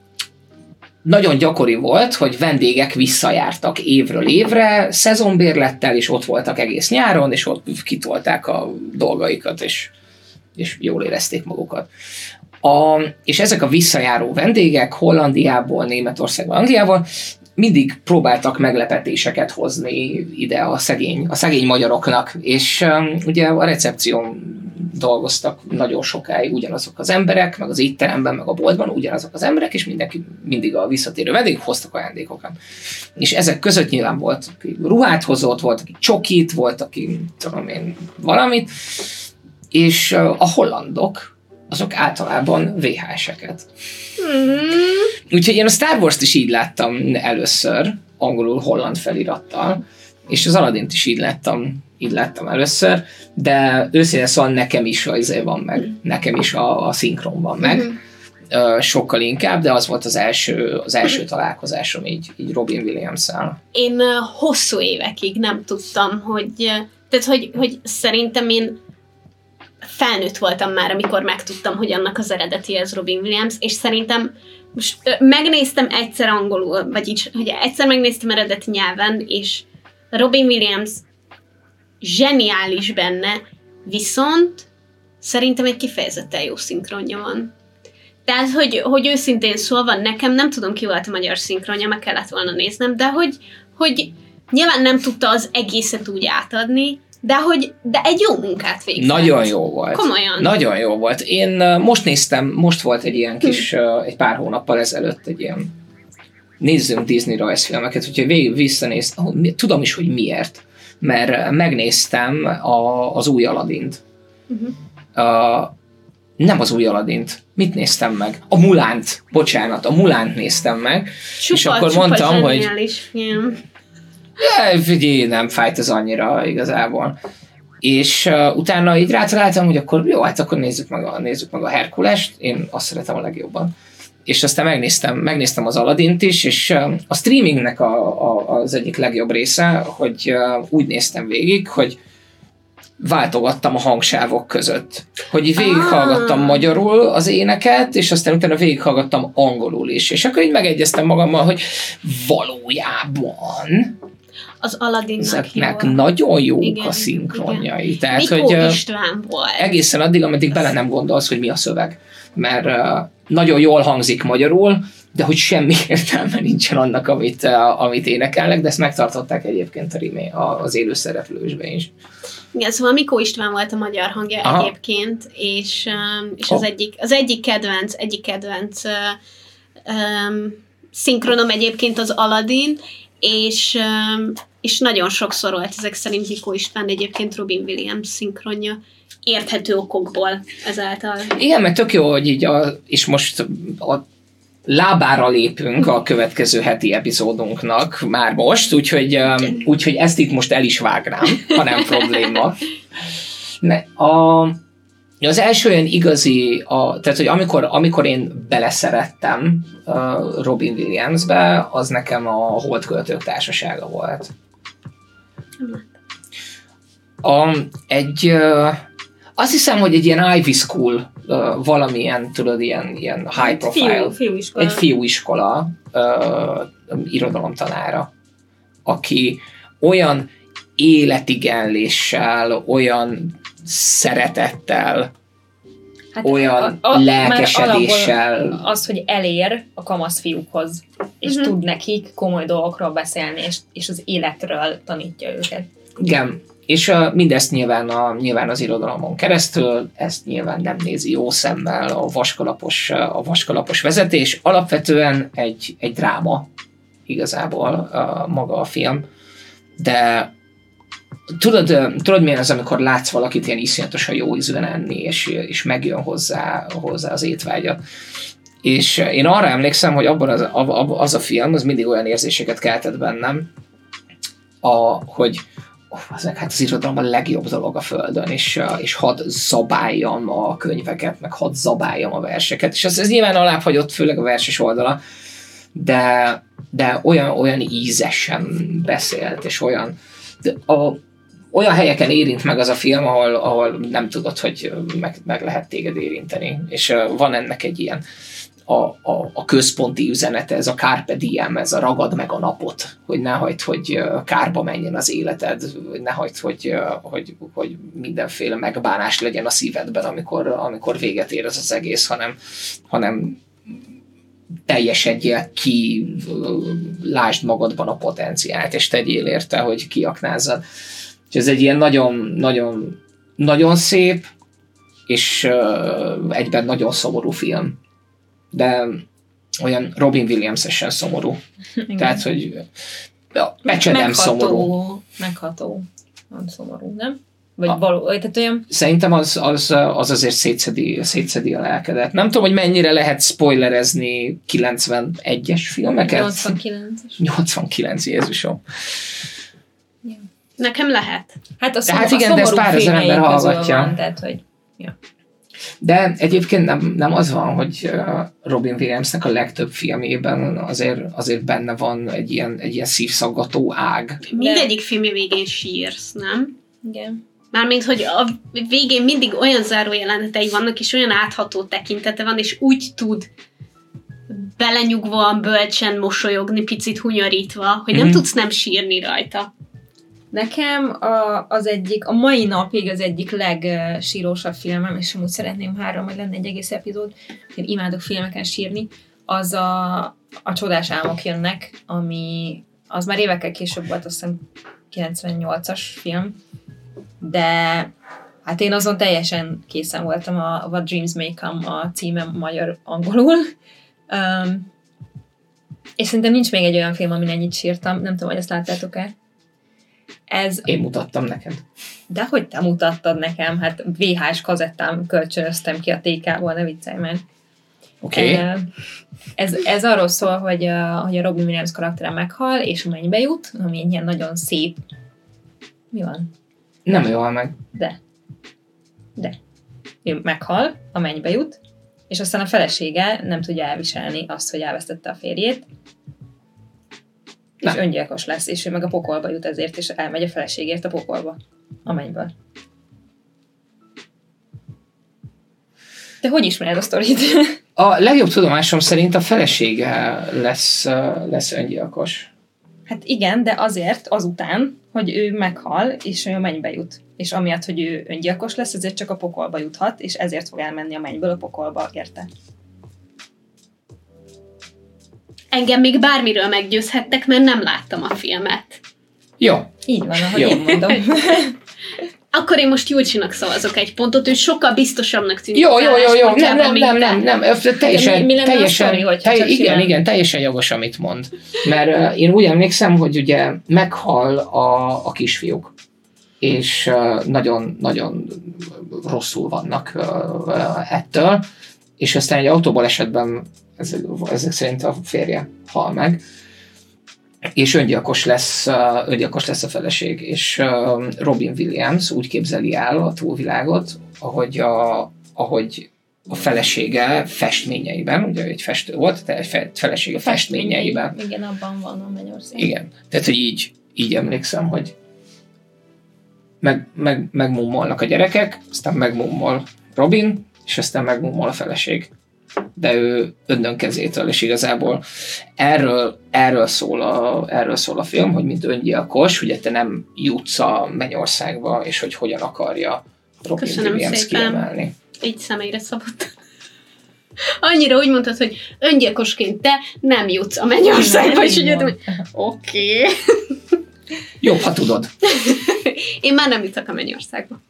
nagyon gyakori volt, hogy vendégek visszajártak évről évre, szezonbérlettel, és ott voltak egész nyáron, és ott kitolták a dolgaikat, és, és jól érezték magukat. A, és ezek a visszajáró vendégek Hollandiából, Németországból, Angliából mindig próbáltak meglepetéseket hozni ide a szegény, a szegény magyaroknak, és um, ugye a recepción dolgoztak nagyon sokáig ugyanazok az emberek, meg az étteremben, meg a boltban ugyanazok az emberek, és mindenki mindig a visszatérő vendégek hoztak ajándékokat. És ezek között nyilván volt, aki ruhát hozott, volt, aki csokit, volt, aki tudom én valamit, és uh, a hollandok azok általában vé há eseket. Mm-hmm. Úgyhogy én a Star Wars-t is így láttam először, angolul holland felirattal, és az Aladdint is így láttam, így láttam először, de őszintén szóval nekem is azért van meg, mm. nekem is a, a szinkron van meg, mm-hmm. uh, sokkal inkább, de az volt az első, az első találkozásom így, így Robin Williams-szel. Én uh, hosszú évekig nem tudtam, hogy, uh, tehát hogy, hogy szerintem én felnőtt voltam már, amikor megtudtam, hogy annak az eredeti az Robin Williams, és szerintem most ö, megnéztem egyszer angolul, vagyis, hogy egyszer megnéztem eredeti nyelven, és Robin Williams zseniális benne, viszont szerintem egy kifejezetten jó szinkronja van. Tehát, hogy, hogy őszintén szólva, nekem nem tudom, ki volt a magyar szinkronja, meg kellett volna néznem, de hogy, hogy nyilván nem tudta az egészet úgy átadni, de hogy de egy jó munkát végzett. Nagyon jó volt. Komolyan. Nagyon jó volt. Én uh, most néztem, most volt egy ilyen kis, uh, egy pár hónappal ezelőtt egy ilyen nézzünk Disney rajzfilmeket, úgyhogy végig visszanéztem, oh, tudom is, hogy miért. mert megnéztem a, az új Aladint. Uh-huh. Uh, nem az új Aladint. Mit néztem meg? A Mulánt. Bocsánat, a Mulánt néztem meg. Csupa, és akkor csupa mondtam, hogy film. ja, figyelj, nem fájt ez annyira igazából. És uh, utána így rátaláltam, hogy akkor jó, hát akkor nézzük meg a, nézzük meg a Herkulest. Én azt szeretem a legjobban. És aztán megnéztem, megnéztem az Aladint is, és uh, a streamingnek a, a, az egyik legjobb része, hogy uh, úgy néztem végig, hogy váltogattam a hangsávok között. Hogy így végighallgattam ah. magyarul az éneket, és aztán utána végighallgattam angolul is. És akkor így megegyeztem magammal, hogy valójában az Aladdinnak ezeknek jó. Nagyon jók igen, a szinkronjai. Igen. Tehát, Mikó hogy István volt. Egészen addig, ameddig bele nem gondolsz, hogy mi a szöveg. Mert uh, nagyon jól hangzik magyarul, de hogy semmi értelme nincsen annak, amit, uh, amit énekelnek, de ezt megtartották egyébként a rimé, az élő szereplősben is. Igen, szóval Mikó István volt a magyar hangja Aha. egyébként, és, um, és oh. az, egyik, az egyik kedvenc, egyik kedvenc uh, um, szinkronom egyébként az Aladdin, és, um, és nagyon sokszor volt ezek szerint Mikó István, egyébként Robin Williams szinkronja, érthető okokból ezáltal. Igen, mert tök jó, hogy így, a, és most a lábára lépünk a következő heti epizódunknak már most, úgyhogy, úgyhogy ezt itt most el is vágnám, ha nem probléma. Ne, a, az első olyan igazi, a, tehát hogy amikor, amikor én beleszerettem uh, Robin Williamsbe, az nekem a Holdköltők társasága volt. A, egy... Uh, Azt hiszem, hogy egy ilyen Ivy School, uh, valamilyen, tudod, ilyen, ilyen high profile. Fiú, fiúiskola. Egy fiúiskola uh, irodalomtanára, aki olyan életigenléssel, olyan szeretettel, hát olyan a, a, lelkesedéssel. Az, hogy elér a kamasz fiúkhoz, és uh-huh. tud nekik komoly dolgokról beszélni, és, és az életről tanítja őket. Igen. És uh, mindezt nyilván, a, nyilván az irodalomon keresztül, ezt nyilván nem nézi jó szemmel a vaskalapos, a vaskalapos vezetés. Alapvetően egy, egy dráma igazából uh, maga a film. De tudod, uh, tudod milyen az, amikor látsz valakit ilyen iszonyatosan jó ízűen enni, és, és megjön hozzá, hozzá az étvágya. És uh, én arra emlékszem, hogy abban az, ab, az a film, az mindig olyan érzéseket keltett bennem, a, hogy Oh, az, hát az irodalom a legjobb dolog a földön, és, és hadd zabáljam a könyveket, meg hadd zabáljam a verseket, és ez, ez nyilván alábbhagyott, főleg a verses oldala, de, de olyan, olyan ízesen beszélt, és olyan, a, olyan helyeken érint meg az a film, ahol, ahol nem tudod, hogy meg, meg lehet téged érinteni, és van ennek egy ilyen A, a, a központi üzenete, ez a carpe diem, ez a ragad meg a napot, hogy ne hagyd, hogy kárba menjen az életed, ne hagyd, hogy, hogy, hogy mindenféle megbánás legyen a szívedben, amikor, amikor véget ér ez az egész, hanem, hanem teljesedjél ki, lásd magadban a potenciált, és tegyél érte, hogy kiaknázzad. És ez egy ilyen nagyon, nagyon, nagyon szép, és egyben nagyon szomorú film. De olyan Robin Williams-esen szomorú. Igen. Tehát, hogy ja, becsedem szomorú. Megható. Nem szomorú, nem? Vagy való, tehát olyan... Szerintem az, az, az azért szétszedi, szétszedi a lelkedet. Nem tudom, hogy mennyire lehet spoilerezni kilencvenegyes filmeket. nyolcvankilences. nyolcvankilenc, Jézusom. Ja. Nekem lehet. Hát a, szomor, hát igen, a szomorú de ezt pár ezer ember hallgatja. Van, tehát, hogy... Ja. De egyébként nem, nem az van, hogy Robin Williamsnek a legtöbb filmében azért, azért benne van egy ilyen, egy ilyen szívszaggató ág. Mindegyik filmje végén sírsz, nem? Igen. Mármint, hogy a végén mindig olyan zárójelenetei vannak, és olyan átható tekintete van, és úgy tud belenyugvóan, bölcsen mosolyogni, picit hunyorítva, hogy nem mm-hmm. tudsz nem sírni rajta. Nekem a, az egyik, a mai napig az egyik legsírósabb filmem, és amúgy szeretném három, hogy lenne egy egész epizód, én imádok filmeken sírni, az a, a Csodás álmok jönnek, ami az már évekkel később volt, azt hiszem kilencvennyolcas film, de hát én azon teljesen készen voltam, a What Dreams May Come a címem magyar-angolul, um, és szerintem nincs még egy olyan film, amin ennyit sírtam, nem tudom, hogy ezt láttátok-e. ez... Én mutattam neked. De hogy te mutattad nekem? Hát vé há es kazettám kölcsönöztem ki a té ká-ból, ne viccelj meg. Oké. Okay. Ez, ez arról szól, hogy a, hogy a Robin Williams karaktere meghal, és a mennybe jut, ami egy ilyen nagyon szép... Mi van? Nem ő hal meg. De. De. Ő meghal, a mennybe jut, és aztán a felesége nem tudja elviselni azt, hogy elvesztette a férjét, és nem. öngyilkos lesz, és ő meg a pokolba jut ezért, és elmegy a feleségért a pokolba, a mennyből. Te hogy ismered a sztorit? A legjobb tudomásom szerint a felesége lesz, lesz öngyilkos. Hát igen, de azért azután, hogy ő meghal, és ő a mennybe jut. És amiatt, hogy ő öngyilkos lesz, ezért csak a pokolba juthat, és ezért fog elmenni a mennyből a pokolba, érte? Engem még bármiről meggyőzhettek, mert nem láttam a filmet. Jó. Így van, ahogy Jó. én mondom. Akkor én most Julcsinak szavazok egy pontot, ő sokkal biztosabbnak tűnik. Jó, jó, jó, jó, nem, nem, nem, nem, nem, teljesen, mi, mi teljesen, sztori, telj, igen, igen, teljesen jogos, amit mond. Mert uh, én úgy emlékszem, hogy ugye meghal a, a kisfiúk, és uh, nagyon, nagyon rosszul vannak uh, ettől, és aztán egy autóbalesetben ezek, ezek szerint a férje hal meg, és öngyilkos lesz, öngyilkos lesz a feleség, és Robin Williams úgy képzeli el a túlvilágot, ahogy a, ahogy a felesége festményeiben, ugye egy festő volt, tehát egy felesége festményeiben. Igen, abban van a Mennyország. Igen, tehát hogy így, így emlékszem, hogy meg, meg, megmummolnak a gyerekek, aztán megmummol Robin, és aztán megmummol a feleség. De ő öndön kezétől, és igazából erről, erről, szól a, erről szól a film, hogy mint öngyilkos, ugye te nem jutsz a mennyországba, és hogy hogyan akarja Robin Köszönöm Williams szépen. Kiemelni. Így személyre szabott. Annyira úgy mondtad, hogy öngyilkosként te nem jutsz a mennyországba, és úgy hogy oké. Jobb, ha tudod. Én már nem jutok a mennyországba.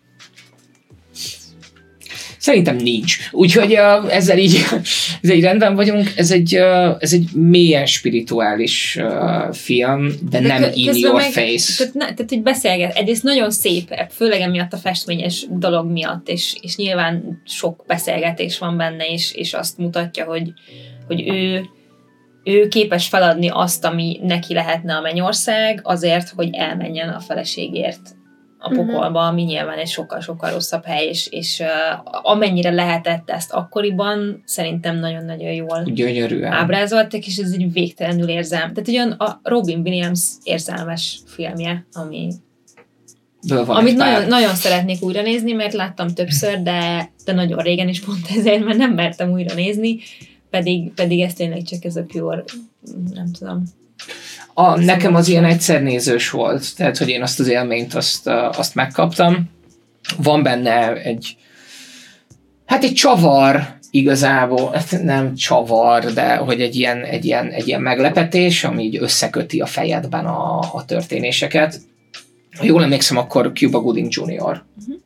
Szerintem nincs. Úgyhogy uh, ezzel így, ezzel így rendben vagyunk. Ez egy, uh, ez egy mélyen spirituális uh, film, de, de nem kö- in your meg, face. Tehát, ne, tehát, hogy beszélget. Egyrészt nagyon szép, főleg emiatt a festményes dolog miatt, és, és nyilván sok beszélgetés van benne, és, és azt mutatja, hogy, hogy ő, ő képes feladni azt, ami neki lehetne a mennyország, azért, hogy elmenjen a feleségért a pokolba, ami nyilván egy sokkal-sokkal rosszabb hely, és, és uh, amennyire lehetett ezt akkoriban, szerintem nagyon-nagyon jól gyönyörűen ábrázoltak, és ez egy végtelenül érzelm. Tehát olyan a Robin Williams érzelmes filmje, ami, amit nagyon, nagyon szeretnék újra nézni, mert láttam többször, de, de nagyon régen is pont ezért, mert nem mertem újra nézni, pedig, pedig ez tényleg csak ez a pure, nem tudom. A, nekem az ilyen egyszernézős volt, tehát hogy én azt az élményt azt, azt megkaptam. Van benne egy, hát egy csavar igazából, nem csavar, de hogy egy ilyen, egy ilyen, egy ilyen meglepetés, ami így összeköti a fejedben a, a történéseket. Ha jól emlékszem, akkor Cuba Gooding junior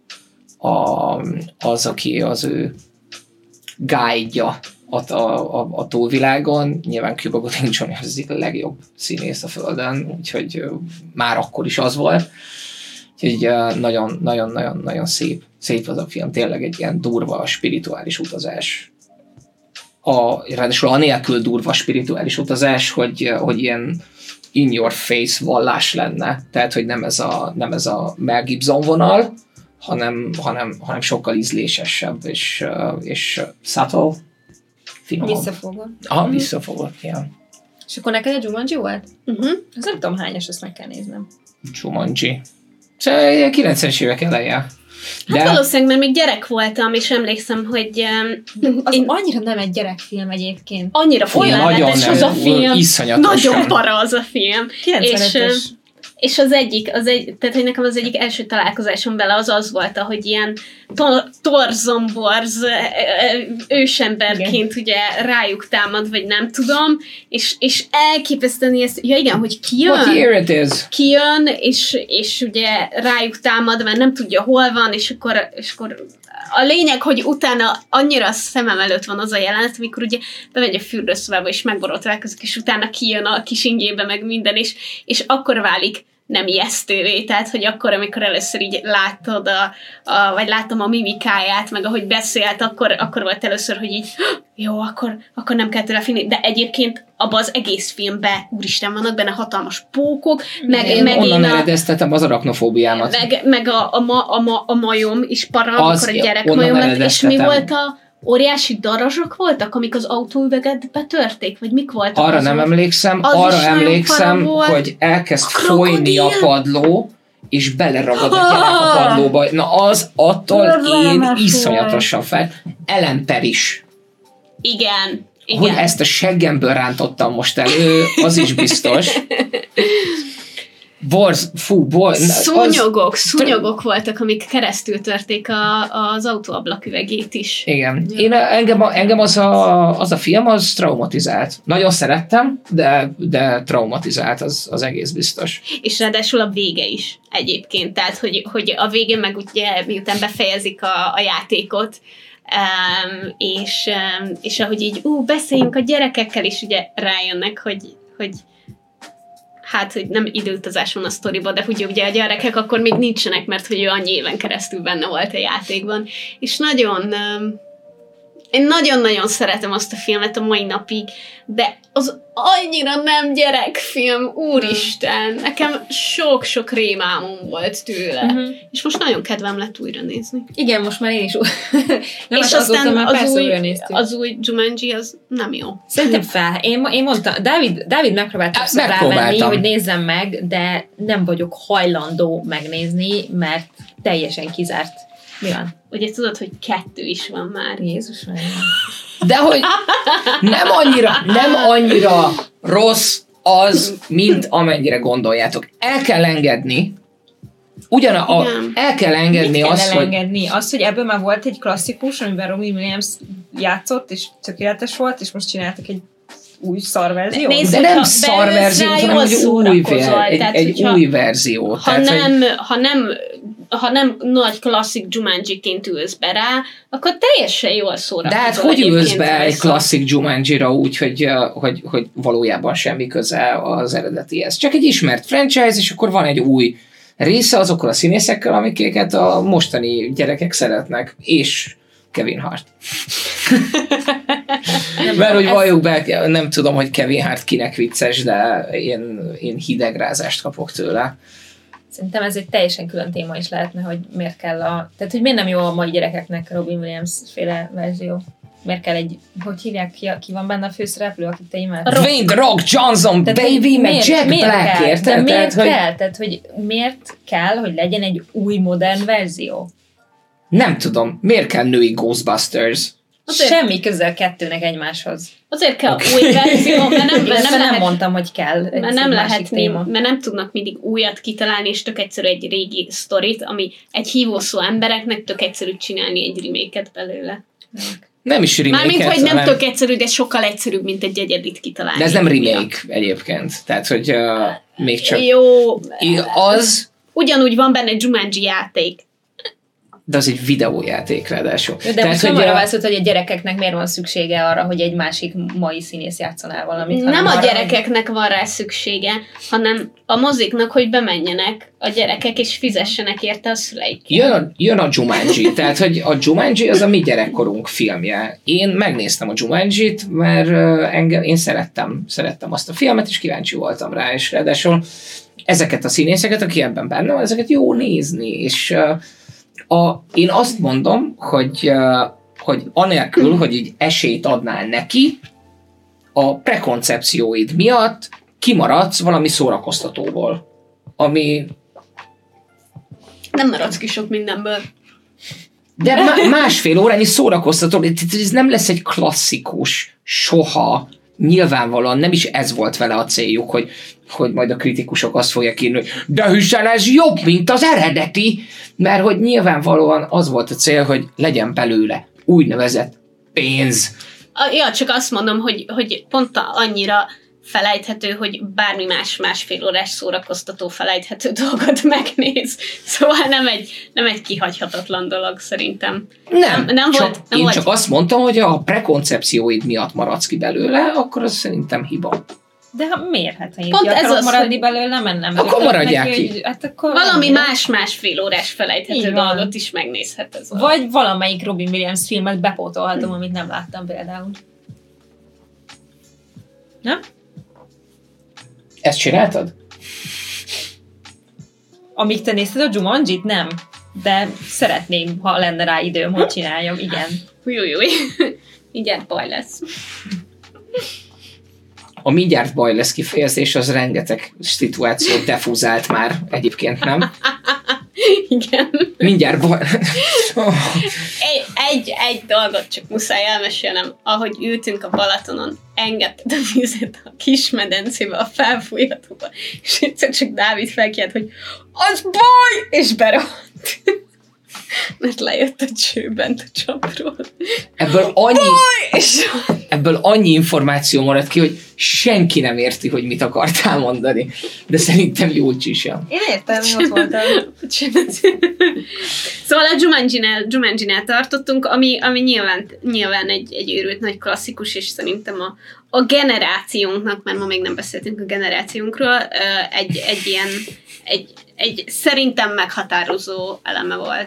a, az, aki az ő guide-ja A, a, a túlvilágon. Nyilván Cuba Gooding junior az egyik a legjobb színész a Földön, úgyhogy uh, már akkor is az volt. Úgyhogy uh, nagyon-nagyon-nagyon szép, szép az a film, tényleg egy ilyen durva, spirituális utazás. A, ráadásul anélkül durva, spirituális utazás, hogy, hogy ilyen in your face vallás lenne. Tehát, hogy nem ez a, nem ez a Mel Gibson vonal, hanem, hanem, hanem sokkal ízlésesebb, és, uh, és subtle. Finomabb. Visszafogott. Aha, visszafogott, ja. És akkor neked a Jumanji volt? Uh-huh. Ez nem tudom hányas, ezt meg kell néznem. Jumanji. Szóval kilencvenes évek eleje. De... Hát valószínűleg, mert még gyerek voltam, és emlékszem, hogy... Um, az én... annyira nem egy gyerekfilm egyébként. Annyira folyamatos az a film. Iszonyatosan. Nagyon para az a film. kilencvenötös. És, és az egyik, az egy, tehát hogy nekem az egyik első találkozásom vele az az volt, hogy ilyen torzomborz ősemberként ugye rájuk támad, vagy nem tudom, és, és elképeszteni ezt, ja igen, hogy kijön, What year it is? kijön, és, és ugye rájuk támad, mert nem tudja hol van, és akkor, és akkor a lényeg, hogy utána annyira a szemem előtt van az a jelenet, amikor ugye bemegy a fürdőszobába, és megborotválkozik, és utána kijön a kis ingébe, meg minden, és, és akkor válik nem ijesztővé. Tehát, hogy akkor, amikor először így láttad, a, a, vagy láttam a mimikáját, meg ahogy beszélt, akkor, akkor volt először, hogy így jó, akkor, akkor nem kell tőle félni. De egyébként abban az egész filmben, úristen, vannak benne hatalmas pókok, meg, én meg onnan én a, eredeztetem az arachnofóbiámat. meg, meg a, a, ma, a, ma, a majom is paral, Az, amikor a gyerek onnan majom lett, és mi eredeztetem. volt a óriási darazsok voltak, amik az autóüveget betörték, vagy mik voltak? Arra azok? nem emlékszem, Az arra is nagyon emlékszem, para volt. hogy elkezd A folyni a krokodil. padló, és beleragad a gyerek a padlóba. Na az attól én iszonyatosan fel. Ellen Paris. Igen. Igen. Hogy ezt a seggemből rántottam most elő, az is biztos. Borz, fú, borz. Szúnyogok, szúnyogok voltak, amik keresztül törték a, az autóablak üvegét is. Igen. Én, engem, a, engem az, a, az a film, az traumatizált. Nagyon szerettem, de, de traumatizált, az, az egész biztos. És ráadásul a vége is egyébként. Tehát, hogy, hogy a végén meg ugye, miután befejezik a, a játékot, um, és, um, és ahogy így, ú, beszéljünk a gyerekekkel, és ugye rájönnek, hogy, hogy hát, hogy nem időutazás van a sztoriba, de hogy ugye a gyerekek akkor még nincsenek, mert hogy ő annyi éven keresztül benne volt a játékban. És nagyon, um, én nagyon-nagyon szeretem azt a filmet a mai napig, de az annyira nem gyerekfilm, úristen, nekem sok-sok rémálmom volt tőle. Uh-huh. És most nagyon kedvem lett újra nézni. Igen, most már én is nem, és hát aztán már az új, néztük. az új Jumanji az nem jó. Szerintem fel. Én, én mondtam, Dávid, Dávid megpróbált többször rávenni, hogy nézzem meg, de nem vagyok hajlandó megnézni, mert teljesen kizárt. Mi van? Ugye tudod, hogy kettő is van már. Jézus már. De hogy nem annyira, nem annyira rossz az, mint amennyire gondoljátok. El kell engedni, ugyan a, el kell engedni Mit azt, kell hogy... elengedni? Azt, hogy ebből már volt egy klasszikus, amiben Robin Williams játszott, és tökéletes volt, és most csináltak egy új szarverziót. Nézd, de nem szarverzió, hanem egy új, ver, egy, tehát, egy új verzió. Ha, tehát, nem, hogy... ha, nem, ha nem nagy klasszik Jumanji-ként ülsz be rá, akkor teljesen jól szórakozol. De hát hogy ülsz be egy vissza. klasszik Jumanji-ra úgy, hogy, hogy, hogy valójában semmi köze az eredetihez. Csak egy ismert franchise, és akkor van egy új része azokkal a színészekkel, amiket a mostani gyerekek szeretnek, és Kevin Hart. Mert hogy valljuk be, nem tudom, hogy Kevin Hart kinek vicces, de én, én hidegrázást kapok tőle. Szerintem ez egy teljesen külön téma is lehetne, hogy miért kell a... Tehát, hogy miért nem jó a mai gyerekeknek Robin Williams féle verzió? Miért kell egy... Hogy hívják ki, ki van benne a főszereplő, akit te imádsz? Dwayne The Rock Johnson, tehát, baby, meg Jack miért Black, kell? érted? De miért Tehát, kell? hogy... Tehát, hogy miért kell, hogy legyen egy új modern verzió? Nem tudom, miért kell női Ghostbusters? Azért... Semmi közel kettőnek egymáshoz. Azért kell okay. új verzió, mert nem, mert nem, nem lehet, mondtam, hogy kell. Mert nem, lehet, téma. mert nem tudnak mindig újat kitalálni, és tök egyszerű egy régi sztorit, ami egy hívószó embereknek tök egyszerű csinálni egy remake-et belőle. Nem is remake-et. Mármint, hogy nem hanem... tök egyszerű, de sokkal egyszerűbb, mint egy egyedit kitalálni. De ez nem remake egyébként. Tehát, hogy uh, még csak... Jó. Az... Ugyanúgy van benne Jumanji játék. De az egy videójáték ráadásul. De Tehát, most nem arra válszott, hogy a gyerekeknek miért van szüksége arra, hogy egy másik mai színész játszon el valamit. Nem a arra, gyerekeknek van rá szüksége, hanem a moziknak, hogy bemenjenek a gyerekek, és fizessenek érte a szüleikkel. Jön a, jön a Jumanji. Tehát, hogy a Jumanji az a mi gyerekkorunk filmje. Én megnéztem a Jumanjit, mert engem, én szerettem, szerettem azt a filmet, és kíváncsi voltam rá, és ráadásul ezeket a színészeket, aki ebben benne van, ezeket jó nézni, és A, én azt mondom, hogy, uh, hogy anélkül, hogy így esélyt adnál neki, a prekoncepcióid miatt kimaradsz valami szórakoztatóból, ami... Nem maradsz ki sok mindenből. De má- másfél órányi szórakoztató, ez nem lesz egy klasszikus, soha, nyilvánvalóan nem is ez volt vele a céljuk, hogy, hogy majd a kritikusok azt fogják írni, hogy de hiszen ez jobb, mint az eredeti, mert hogy nyilvánvalóan az volt a cél, hogy legyen belőle úgynevezett pénz. Ja, csak azt mondom, hogy, hogy pont annyira felejthető, hogy bármi más másfél órás szórakoztató felejthető dolgot megnéz. Szóval nem egy, nem egy kihagyhatatlan dolog szerintem. Nem, nem, nem csak, volt, nem én volt. csak azt mondtam, hogy a prekoncepcióid miatt maradsz ki belőle, akkor az szerintem hiba. De ha miért? Hát, ha én Pont ki ez akarok az, maradni hogy- belőle, mennem. Akkor Örülök maradják neki, ki. hogy- Hát akkor Valami menjen. más-másfél órás felejthető Így van. dolgot is megnézhet ez a... Vagy valamelyik Robin Williams filmet bepótolhatom, amit nem láttam például. Nem? Ezt csináltad? Amíg te nézted a Jumanjit? Nem. De szeretném, ha lenne rá időm, hogy csináljam, igen. Ujjjjjj. Mindjárt baj lesz. A mindjárt baj lesz kifejezés, az rengeteg szituációt defuzált már egyébként, nem? Igen. Mindjárt baj... Oh. Egy, egy, egy dolgot csak muszáj elmesélnem. Ahogy ültünk a Balatonon, engedted a vizet a kis medencébe, a felfújhatóba, és egyszer csak Dávid felkiált, hogy az baj! És berohant. Mert lejött a cső bent a csapról. Ebből annyi, És ebből annyi információ maradt ki, hogy senki nem érti, hogy mit akartál mondani. De szerintem Júlcsi sem. Én értem, ott voltam. Szóval a Jumanji-nál, Jumanji-nál tartottunk, ami, ami nyilván, nyilván egy, egy őrült nagy klasszikus, és szerintem a, a generációnknak, mert ma még nem beszéltünk a generációnkról, egy, egy ilyen, egy, egy szerintem meghatározó eleme volt.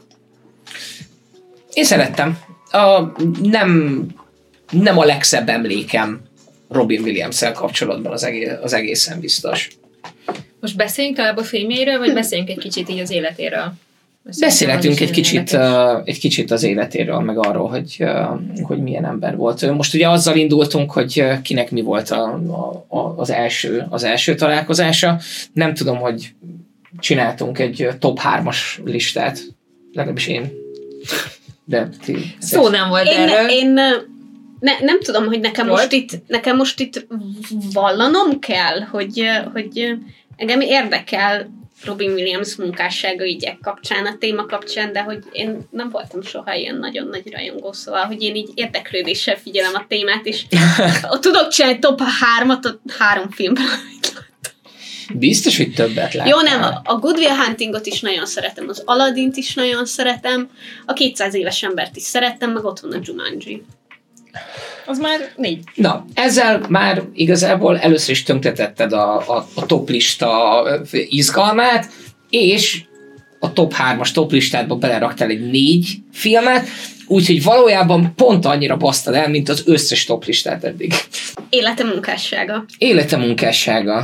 Én szerettem. A, nem, nem a legszebb emlékem Robin Williams-szel kapcsolatban az, egész, az egészen biztos. Most beszéljünk tovább a filmjéről, vagy beszéljünk egy kicsit így az életéről? Beszélhetünk egy kicsit, uh, egy kicsit az életéről, meg arról, hogy, uh, hogy milyen ember volt ő. Most ugye azzal indultunk, hogy uh, kinek mi volt a, a, a, az, első, az első találkozása. Nem tudom, hogy csináltunk egy top hármas listát. Legalábbis én. De ti, Szó nem volt Én, erről. én ne, nem tudom, hogy nekem Volt? most, itt, nekem most itt vallanom kell, hogy, hogy engem érdekel Robin Williams munkássága ügyek kapcsán, a téma kapcsán, de hogy én nem voltam soha ilyen nagyon nagy rajongó, szóval, hogy én így érdeklődéssel figyelem a témát, és tudok csinálni top hármat a három filmben, amit láttam. biztos, hogy többet láttál. Jó, nem, a Good Will Huntingot is nagyon szeretem, az Aladdint is nagyon szeretem, a kétszáz éves embert is szeretem, meg ott van a Jumanji. Az már négy. Na, ezzel már igazából először is tönkretetted a, a, a toplista izgalmát, és a top hármas toplistádba beleraktál egy négy filmet, úgyhogy valójában pont annyira basztad el, mint az összes toplistát eddig. Élete munkássága. Élete munkássága.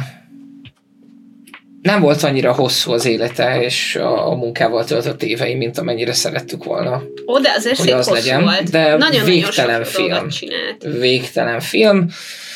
Nem volt annyira hosszú az élete, és a, a munkával töltött évei, mint amennyire szerettük volna. Ó, de azért Hogy szép az hosszú legyen, volt. de Nagyon-nagyon végtelen sok film. dolgot csinált. Végtelen film.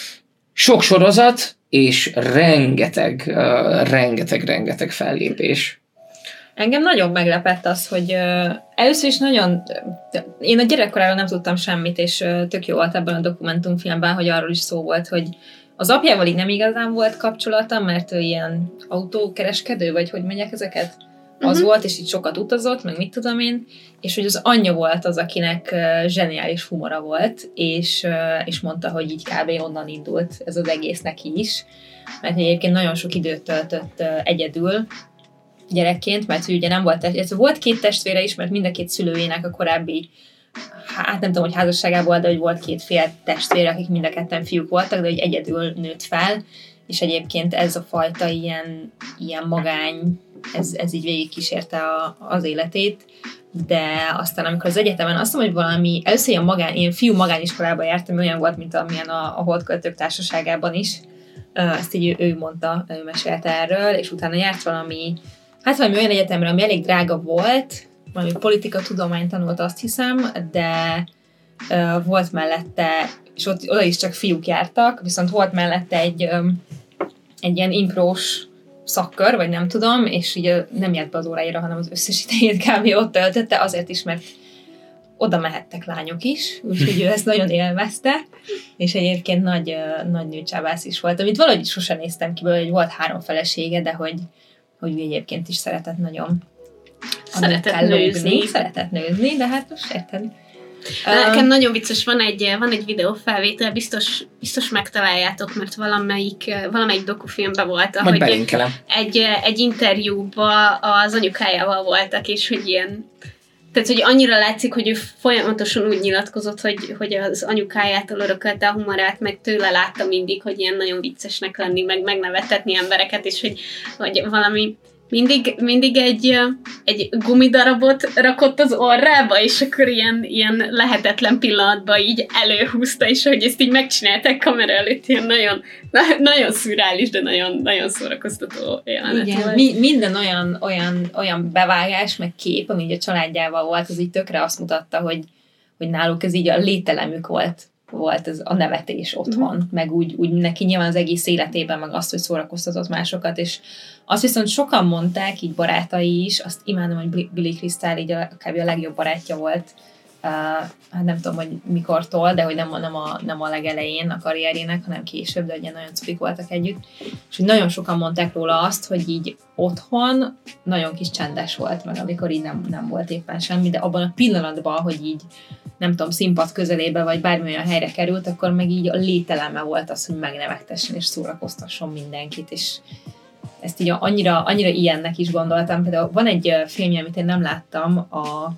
Sok sorozat, és rengeteg, uh, rengeteg, rengeteg fellépés. Engem nagyon meglepett az, hogy uh, először is nagyon... Uh, én a gyerekkoráról nem tudtam semmit, és uh, tök jó volt ebben a dokumentumfilmben, hogy arról is szó volt, hogy az apjával így nem igazán volt kapcsolata, mert ő ilyen autókereskedő, vagy hogy mondják ezeket? Az Uh-huh. volt, és így sokat utazott, meg mit tudom én, és hogy az anyja volt az, akinek uh, zseniális humora volt, és, uh, és mondta, hogy így kb. Onnan indult ez az egész neki is, mert egyébként nagyon sok időt töltött uh, egyedül gyerekként, mert hogy ugye nem volt, ez volt két testvére is, mert mind a két szülőjének a korábbi, hát nem tudom, hogy házasságából, de hogy volt két fél testvére, akik mind a ketten fiúk voltak, de hogy egyedül nőtt fel, és egyébként ez a fajta ilyen, ilyen magány, ez, ez így végigkísérte a, az életét, de aztán amikor az egyetemen azt mondom, hogy valami, először ilyen, magán, ilyen fiú magániskolába jártam, olyan volt, mint amilyen a, a Holdköltők társaságában is, ezt így ő, ő mondta, ő mesélte erről, és utána járt valami, hát valami olyan egyetemre, ami elég drága volt, valami politikatudományt tanult, azt hiszem, de uh, volt mellette, és ott, oda is csak fiúk jártak, viszont volt mellette egy, um, egy ilyen imprós szakkör, vagy nem tudom, és így uh, nem járt be az óráira, hanem az összes idejét kb. Ott töltötte, azért is, mert oda mehettek lányok is, úgyhogy ő ezt nagyon élvezte, és egyébként nagy, uh, nagy nőcsábász is volt, amit valahogy sosem néztem ki, hogy volt három felesége, de hogy, hogy ő egyébként is szeretett nagyon Szeretett nőzni. Szeretett nőzni, de hát most érted. Nekem nagyon vicces, van egy, van egy videófelvétel, biztos, biztos megtaláljátok, mert valamelyik, valamelyik dokufilmben volt, Majd ahogy belinkelem. egy, egy interjúban az anyukájával voltak, és hogy ilyen Tehát, hogy annyira látszik, hogy ő folyamatosan úgy nyilatkozott, hogy, hogy az anyukájától örökölte a humorát, meg tőle látta mindig, hogy ilyen nagyon viccesnek lenni, meg megnevettetni embereket, és hogy, hogy valami mindig, mindig egy, egy gumidarabot rakott az orrába, és akkor ilyen, ilyen lehetetlen pillanatban így előhúzta, és hogy ezt így megcsinálták kamera előtt, ilyen nagyon, nagyon szürreális, de nagyon, nagyon szórakoztató jelenet Igen, volt. Mi, minden olyan, olyan, olyan bevágás, meg kép, ami így a családjával volt, az így tökre azt mutatta, hogy, hogy náluk ez így a lételemük volt, volt ez a nevetés otthon, mm. meg úgy, úgy neki nyilván az egész életében, meg azt, hogy szórakoztatott másokat, és azt viszont sokan mondták, így barátai is, azt imádom, hogy Billy Crystal így a, kb. A legjobb barátja volt, uh, hát nem tudom, hogy mikortól, de hogy nem, nem, a, nem a legelején a karrierjének, hanem később, de ugye nagyon cupik voltak együtt, és hogy nagyon sokan mondták róla azt, hogy így otthon nagyon kis csendes volt, meg amikor így nem, nem volt éppen semmi, de abban a pillanatban, hogy így nem tudom, színpad közelébe, vagy bármilyen helyre került, akkor meg így a lételeme volt az, hogy megnevegtessen és szórakoztasson mindenkit, és ezt így annyira, annyira ilyennek is gondoltam. Például van egy filmje, amit én nem láttam, a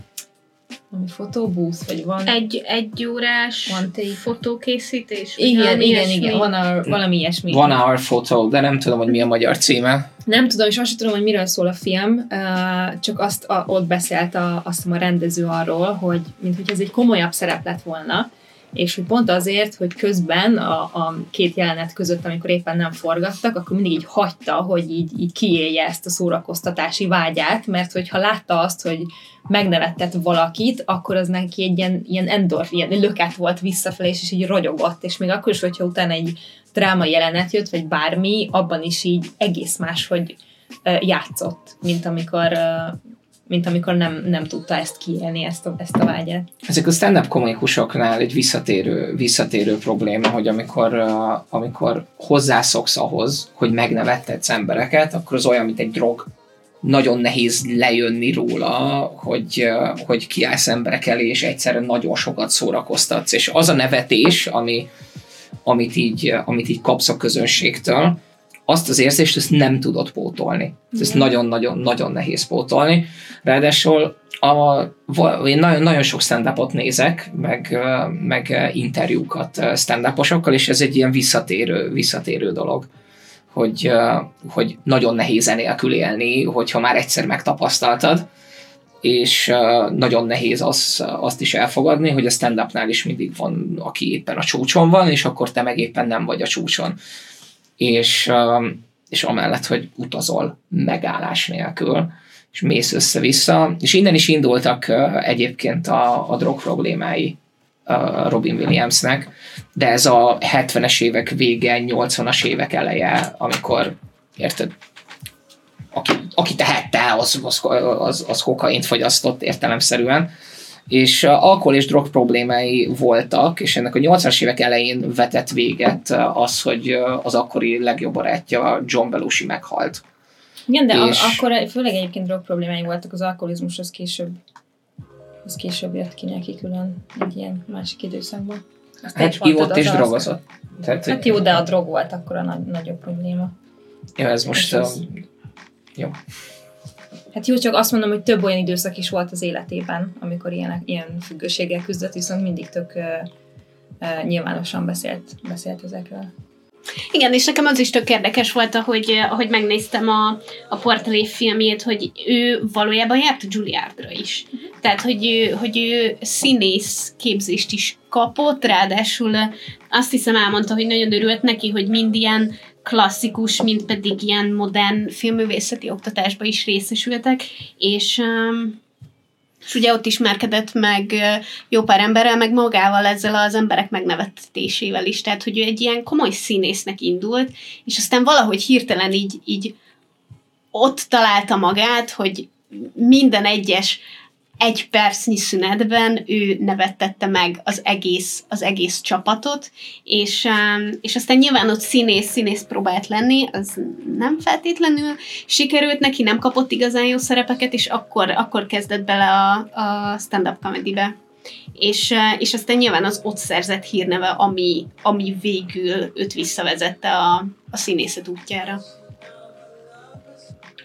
ami fotóbúsz, vagy van... Egy, egy órás fotókészítés? Igen, igen, igen, van a, valami ilyesmi. One Hour Photo, de nem tudom, hogy mi a magyar címe. Nem tudom, és azt sem tudom, hogy miről szól a film, csak azt a, ott beszélt a, azt a rendező arról, hogy minthogy ez egy komolyabb szerep lett volna, és hogy pont azért, hogy közben a, a két jelenet között, amikor éppen nem forgattak, akkor mindig így hagyta, hogy így, így kiélje ezt a szórakoztatási vágyát, mert hogyha látta azt, hogy megnevettet valakit, akkor az neki egy ilyen, ilyen endorf, ilyen löket volt visszafelé, és így ragyogott, és még akkor is, hogyha utána egy dráma jelenet jött, vagy bármi, abban is így egész máshogy uh, játszott, mint amikor... Uh, mint amikor nem, nem tudta ezt kiélni, ezt a, ezt a vágyát. Ezek a stand-up komikusoknál egy visszatérő, visszatérő probléma, hogy amikor, uh, amikor hozzászoksz ahhoz, hogy megnevettetsz embereket, akkor az olyan, mint egy drog. Nagyon nehéz lejönni róla, hogy, uh, hogy kiállsz emberek elé, és egyszerűen nagyon sokat szórakoztatsz. És az a nevetés, ami, amit, így, amit így kapsz a közönségtől, azt az érzést, ezt nem tudod pótolni. Ezt nagyon-nagyon-nagyon nehéz pótolni. Ráadásul a, én nagyon, nagyon sok stand-upot nézek, meg, meg interjúkat stand-uposokkal, és ez egy ilyen visszatérő, visszatérő dolog, hogy, hogy nagyon nehéz enélkül élni, hogyha már egyszer megtapasztaltad, és nagyon nehéz az, azt is elfogadni, hogy a stand-upnál is mindig van, aki éppen a csúcson van, és akkor te meg éppen nem vagy a csúcson. És, és amellett, hogy utazol megállás nélkül, és mész össze-vissza, és innen is indultak egyébként a, a drog problémái Robin Williamsnek, de ez a hetvenes évek vége, nyolcvanas évek eleje, amikor, érted, aki, aki tehette, az, az, az, az kokaint fogyasztott értelemszerűen, és alkohol és drog problémái voltak, és ennek a nyolcvanas évek elején vetett véget az, hogy az akkori legjobb barátja John Belushi meghalt. Igen, de és... a- akkor főleg egyébként drog problémái voltak, az alkoholizmus az később, az később jött ki neki külön egy ilyen másik időszakban. Azt hát ivott és drogozott. Tehát, hát jó, de a drog volt akkor a nagy, nagyobb probléma. Jó, ez most... Ez az... Jó. Hát jó, csak azt mondom, hogy több olyan időszak is volt az életében, amikor ilyen, ilyen függőséggel küzdött, viszont mindig tök uh, uh, nyilvánosan beszélt, beszélt ezekről. Igen, és nekem az is tök érdekes volt, ahogy, ahogy megnéztem a, a Portale filmjét, hogy ő valójában járt a Juilliardra is. Uh-huh. Tehát, hogy ő, hogy ő színész képzést is kapott, ráadásul azt hiszem elmondta, hogy nagyon örült neki, hogy mind ilyen klasszikus, mint pedig ilyen modern filmművészeti oktatásba is részesültek, és, és ugye ott ismerkedett meg jó pár emberrel, meg magával ezzel az emberek megnevettetésével is, tehát hogy ő egy ilyen komoly színésznek indult, és aztán valahogy hirtelen így, így ott találta magát, hogy minden egyes egy percnyi szünetben ő nevettette meg az egész, az egész csapatot, és, és aztán nyilván ott színész, színész próbált lenni, az nem feltétlenül sikerült neki, nem kapott igazán jó szerepeket, és akkor, akkor kezdett bele a, a stand-up comedybe. És, és aztán nyilván az ott szerzett hírneve, ami, ami végül őt visszavezette a, a színészet útjára.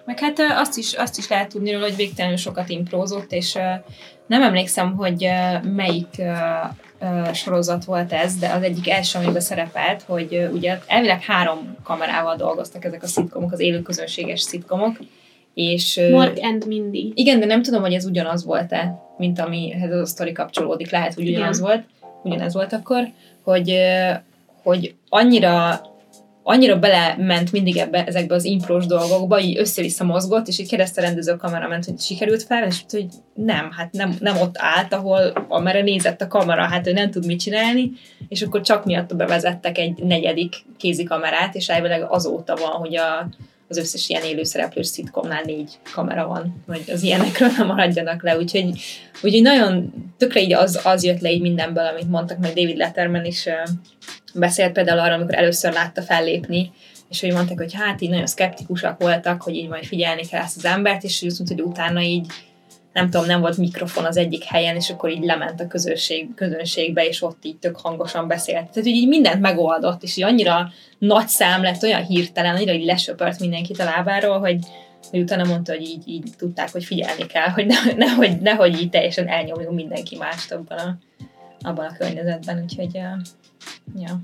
Meg hát azt is, azt is lehet tudni róla, hogy végtelenül sokat imprózott, és nem emlékszem, hogy melyik sorozat volt ez, de az egyik első, amiben szerepelt, hogy ugye elvileg három kamerával dolgoztak ezek a szitkomok, az élőközönséges szitkomok, és... Mork and Mindy. Igen, de nem tudom, hogy ez ugyanaz volt-e, mint amihez az a sztori kapcsolódik. Lehet, hogy ugyanaz igen. volt, ugyanaz volt akkor, hogy, hogy annyira annyira belement mindig ebbe, ezekbe az imprós dolgokba, így össze-vissza mozgott, és így kérdezte a rendező a kamerament, hogy sikerült fel, és hogy nem, hát nem, nem ott állt, ahol, amerre nézett a kamera, hát ő nem tud mit csinálni, és akkor csak miatt bevezettek egy negyedik kézikamerát, és elvileg azóta van, hogy a, az összes ilyen élőszereplős szitkomnál négy kamera van, hogy az ilyenekről nem maradjanak le, úgyhogy, úgyhogy nagyon tökre így az, az jött le így mindenből, amit mondtak, meg David Letterman is beszélt például arra, amikor először látta fellépni, és hogy mondták, hogy hát így nagyon szkeptikusak voltak, hogy így majd figyelni kell ezt az embert, és azt mondta, hogy utána így nem tudom, nem volt mikrofon az egyik helyen, és akkor így lement a közönség, közönségbe, és ott így tök hangosan beszélt. Tehát, hogy így mindent megoldott, és így annyira nagy szám lett, olyan hirtelen, annyira így lesöpört mindenkit a lábáról, hogy, hogy utána mondta, hogy így, így tudták, hogy figyelni kell, hogy ne, nehogy, nehogy így teljesen elnyomjunk mindenki mást abban a, abban a környezetben, úgyhogy ja.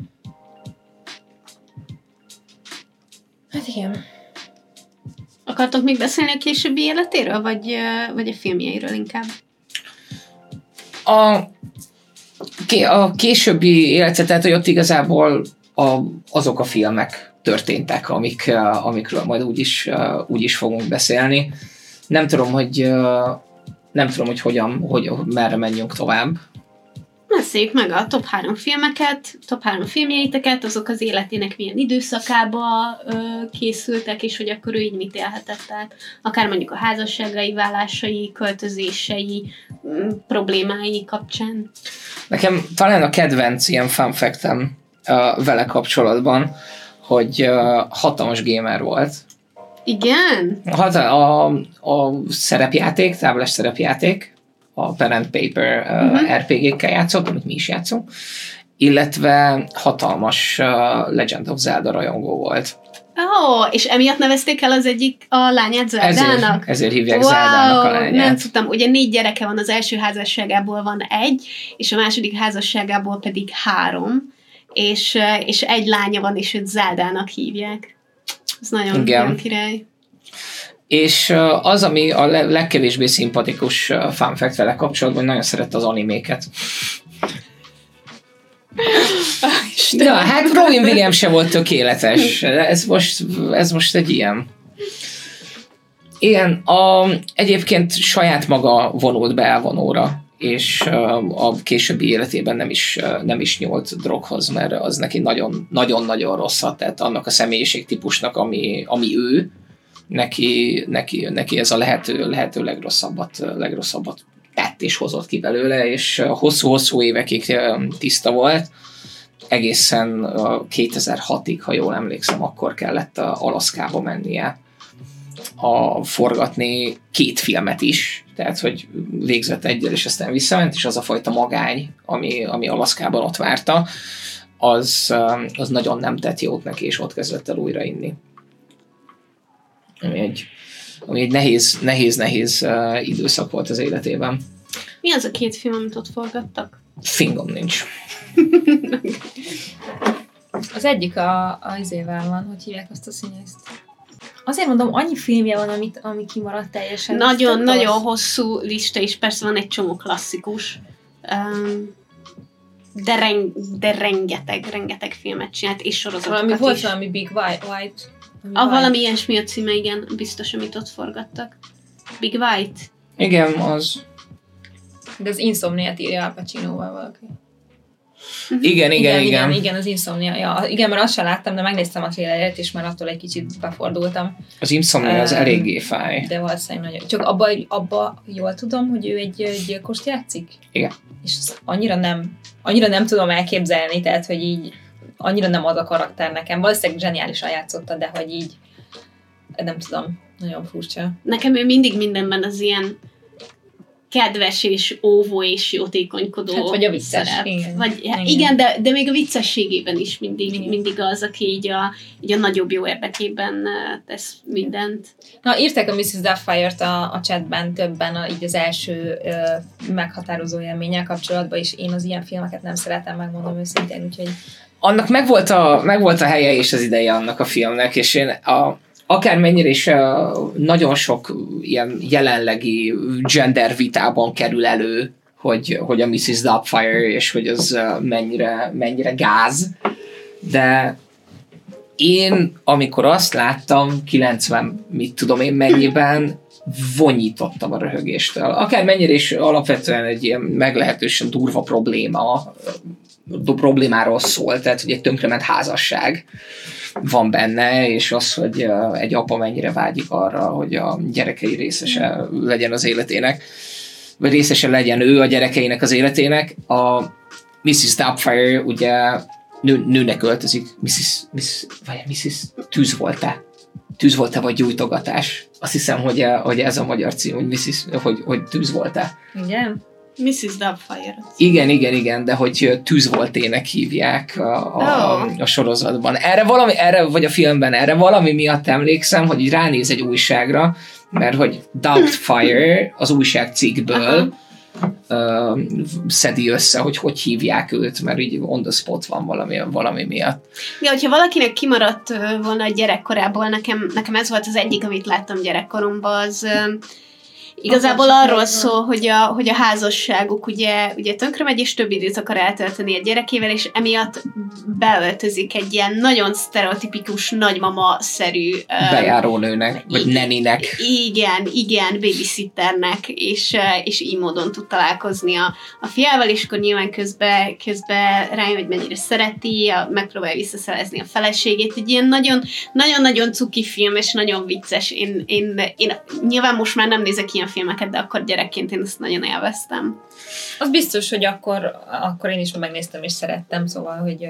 Hát igen. Akartok még beszélni a későbbi életéről, vagy, vagy a filmjeiről inkább? A, a későbbi élete, tehát hogy ott igazából a, azok a filmek történtek, amik, amikről majd úgyis, úgyis fogunk beszélni. Nem tudom, hogy nem tudom, hogy hogyan, hogy merre menjünk tovább. Beszéljük meg a top három filmeket, top három filmjeiteket, azok az életének milyen időszakába ö, készültek, és hogy akkor ő így mit élhetett át. Akár mondjuk a házasságai, vállásai, költözései, m- problémái kapcsán. Nekem talán a kedvenc ilyen fun fact-em uh, vele kapcsolatban, hogy uh, hatalmas gamer volt. Igen? Hát a, a szerepjáték, táblás szerepjáték, a pen and paper uh, uh-huh. er pé gé-kkel játszott, amit mi is játszunk, illetve hatalmas uh, Legend of Zelda rajongó volt. Ó, oh, és emiatt nevezték el az egyik a lányát Zeldának? Ezért, ezért hívják wow, Zeldának a lányát. Nem tudtam, ugye négy gyereke van, az első házasságából van egy, és a második házasságából pedig három, és, és egy lánya van, és őt Zeldának hívják. Ez nagyon, nagyon király. És az, ami a legkevésbé szimpatikus fun fact vele kapcsolatban, hogy nagyon szerette az animéket. Na, hát Robin Williams se volt tökéletes. Ez most, ez most egy ilyen. Igen, a, egyébként saját maga vonult be elvonóra, és a későbbi életében nem is, nem is nyúlt droghoz, mert az neki nagyon-nagyon rosszat tett annak a személyiségtípusnak, ami, ami ő, Neki, neki, neki ez a lehető, lehető legrosszabbat, legrosszabbat tett és hozott ki belőle, és hosszú-hosszú évekig tiszta volt. Egészen kétezer-hatig, ha jól emlékszem, akkor kellett Alaszkába mennie a forgatni két filmet is, tehát hogy végzett egyel, és aztán visszament, és az a fajta magány, ami, ami Alaszkában ott várta, az, az nagyon nem tett jót neki, és ott kezdett el újra inni. Ami egy, ami egy nehéz, nehéz, nehéz uh, időszak volt az életében. Mi az a két film, amit ott forgattak? Fingom nincs. Az egyik a, a izével van, hogy hívják azt a színészt. Azért mondom, annyi filmje van, amit, ami kimaradt teljesen. Nagyon-nagyon hosszú lista, és persze van egy csomó klasszikus. Um, de, ren, de rengeteg, rengeteg filmet csinált, és sorozatokat valami is. Volt valami Big White... white A valami ilyesmi a címe, igen, biztos, amit ott forgattak. Big White. Igen, az. De az Insomniát írja Al Pacinoval valaki. Igen, igen, igen. Igen, igen, az Insomnia. Ja, igen, mert azt sem láttam, de megnéztem a trailerét, és már attól egy kicsit befordultam. Az Insomnia az um, eléggé fáj. De valószínűleg nagyon. Csak abba, abba jól tudom, hogy ő egy gyilkost játszik? Igen. És annyira nem, annyira nem tudom elképzelni, tehát, hogy így annyira nem az a karakter nekem. Valószínűleg zseniálisan játszotta, de hogy így nem tudom, nagyon furcsa. Nekem ő mindig mindenben az ilyen kedves és óvó és jótékonykodó hát, vagy a vicces. szerep. Igen, vagy, igen. igen de, de még a viccességében is mindig, igen. mindig az, aki így a, így a nagyobb jó érdekében tesz mindent. Na, írták a missziz Doubtfire-t a, a chatben többen a, így az első ö, meghatározó élménnyel kapcsolatban, és én az ilyen filmeket nem szeretem, megmondom őszintén, úgyhogy... Annak megvolt a, megvolt a helye és az ideje annak a filmnek, és én a, akármennyire is uh, nagyon sok ilyen jelenlegi gender vitában kerül elő, hogy, hogy a missziz Doubtfire, és hogy az uh, mennyire, mennyire gáz, de én, amikor azt láttam, kilencven, mit tudom én mennyiben, vonyítottam a röhögéstől. Akármennyire is alapvetően egy ilyen meglehetősen durva probléma, problémáról szól, tehát hogy egy tönkrement házasság van benne, és az, hogy egy apa mennyire vágyik arra, hogy a gyerekei részese legyen az életének, vagy részese legyen ő a gyerekeinek az életének. A missziz Doubtfire ugye nő, nőnek öltözik, missziz missziz vagy missziz Tűz volt-e? Tűz volt-e vagy gyújtogatás? Azt hiszem, hogy, hogy ez a magyar cím, hogy, missziz, hogy, hogy Tűz volt-e. Igen? missziz Doubtfire. Igen, igen, igen, de hogy Tűz voltének hívják a, a, oh. a sorozatban. Erre valami, erre, vagy a filmben, erre valami miatt emlékszem, hogy így ránéz egy újságra, mert hogy Doubtfire az újságcikkből uh, szedi össze, hogy hogy hívják őt, mert így on the spot van valami, valami miatt. Ja, hogyha valakinek kimaradt volna a gyerekkorából, nekem, nekem ez volt az egyik, amit láttam gyerekkoromban, az igazából arról szól, hogy a, hogy a házasságuk ugye, ugye tönkre megy, és több időt akar eltölteni a gyerekével, és emiatt beöltözik egy ilyen nagyon sztereotipikus nagymama-szerű bejárónőnek, vagy neninek. Igen, igen, babysitternek, és, és így módon tud találkozni a, a fiával, és akkor nyilván közben, közben rájön, hogy mennyire szereti, a, megpróbálja visszaszerezni a feleségét. Egy ilyen nagyon, nagyon-nagyon cuki film, és nagyon vicces. Én, én, én nyilván most már nem nézek ilyen filmeket, de akkor gyerekként én ezt nagyon élveztem. Az biztos, hogy akkor, akkor én is megnéztem és szerettem, szóval, hogy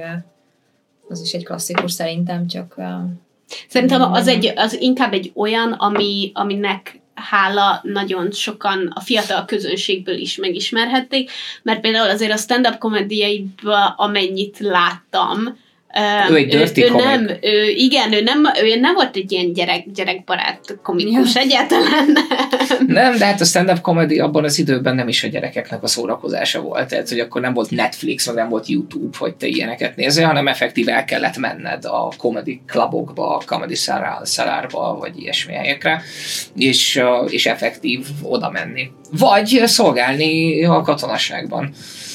az is egy klasszikus szerintem, csak... Szerintem az, egy, az inkább egy olyan, ami, aminek hála nagyon sokan a fiatal közönségből is megismerhették, mert például azért a stand-up komédiaiban, amennyit láttam, ő egy dirty ő, ő komik. nem, ő, igen, ő nem, ő nem volt egy ilyen gyerek, gyerekbarát komikus ja. egyáltalán. Nem. nem, de hát a stand-up comedy abban az időben nem is a gyerekeknek a szórakozása volt, tehát hogy akkor nem volt Netflix, meg nem volt YouTube, hogy te ilyeneket nézzél, hanem effektív el kellett menned a comedy klubokba, a comedy szalárba, vagy ilyesmi helyekre, és, és effektív oda menni. Vagy szolgálni a katonasságban,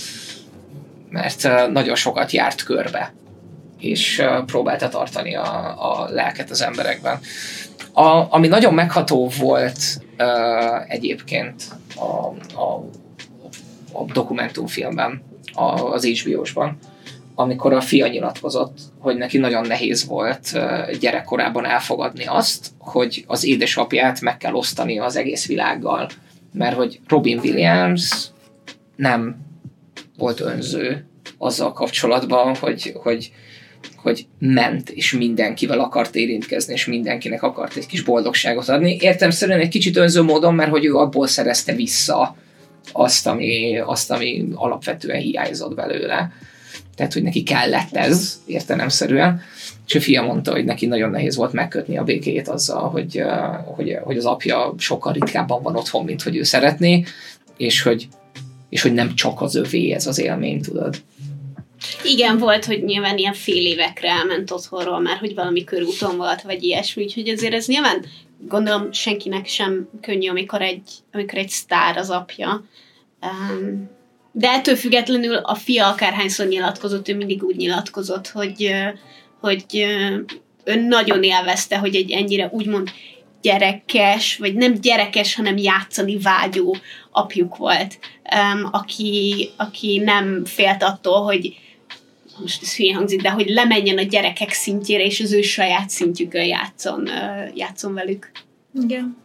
mert nagyon sokat járt körbe, és próbálta tartani a, a lelket az emberekben. A, ami nagyon megható volt uh, egyébként a, a, a dokumentumfilmben, a, az há bé ó-sban, amikor a fia nyilatkozott, hogy neki nagyon nehéz volt uh, gyerekkorában elfogadni azt, hogy az édesapját meg kell osztani az egész világgal, mert hogy Robin Williams nem volt önző azzal kapcsolatban, hogy, hogy hogy ment, és mindenkivel akart érintkezni, és mindenkinek akart egy kis boldogságot adni. Értelemszerűen egy kicsit önző módon, mert hogy ő abból szerezte vissza azt, ami, azt, ami alapvetően hiányzott belőle. Tehát, hogy neki kellett ez, értelemszerűen. És a fia mondta, hogy neki nagyon nehéz volt megkötni a békét azzal, hogy, hogy, hogy az apja sokkal ritkábban van otthon, mint hogy ő szeretné, és hogy, és hogy nem csak az övé ez az élmény, tudod. Igen, volt, hogy nyilván ilyen fél évekre elment otthonról, mert hogy valami körúton volt, vagy ilyesmi, úgyhogy azért ez nyilván gondolom senkinek sem könnyű, amikor egy, amikor egy sztár az apja. Um, de ettől függetlenül a fia akárhányszor nyilatkozott, ő mindig úgy nyilatkozott, hogy, hogy ő nagyon élvezte, hogy egy ennyire úgymond gyerekes, vagy nem gyerekes, hanem játszani vágyó apjuk volt, um, aki, aki nem félt attól, hogy most ez hülye hangzik, de hogy lemenjen a gyerekek szintjére, és az ő saját szintjükön játszon, uh, játszon velük. Igen.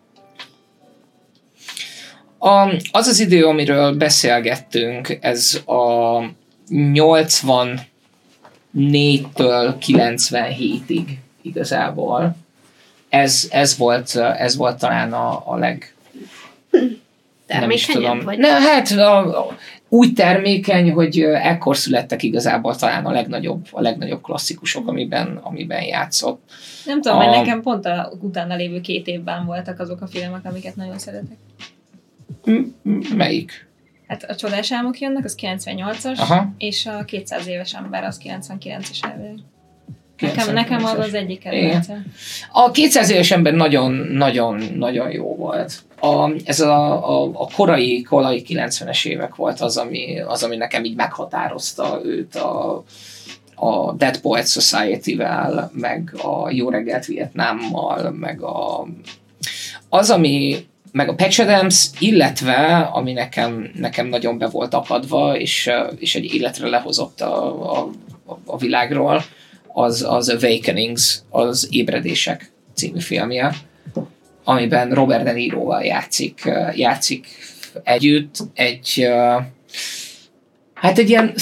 A, az az idő, amiről beszélgettünk, ez a nyolcvannégytől kilencvenhétig igazából. Ez, ez, volt, ez volt talán a, a leg termékenyebb? Vagy? Ne, hát a, a, úgy termékeny, hogy ekkor születtek igazából talán a legnagyobb, a legnagyobb klasszikusok, amiben, amiben játszott. Nem tudom, a... mert nekem pont a utána lévő két évben voltak azok a filmek, amiket nagyon szeretek. M- melyik? Hát a Csodás álmok jönnek, az kilencvennyolcas, Aha. és a kétszáz éves ember az kilencvenkilences elvileg. Nekem, nekem az az egyik kedvencem. A kétszáz éves ember nagyon-nagyon-nagyon jó volt. A, ez a, a, a korai, korai kilencvenes évek volt az ami, az, ami nekem így meghatározta őt a, a Dead Poets Society-vel, meg a Jó reggelt Vietnámmal, meg a, az, ami meg a Patch Adams, illetve, ami nekem, nekem nagyon be volt akadva, és, és egy életre lehozott a, a, a világról, az az Awakenings, az Ébredések című filmje, amiben Robert De Niroval játszik, játszik együtt egy, hát egy ilyen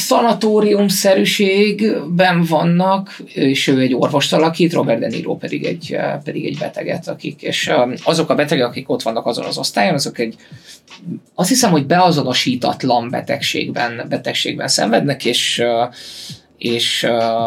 szanatórium-szerűségben vannak, és ő egy orvost alakít, Robert De Niro pedig egy, pedig egy beteget, akik, és azok a betegek, akik ott vannak azon az osztályon, azok egy, azt hiszem, hogy beazonosítatlan betegségben, betegségben szenvednek, és, és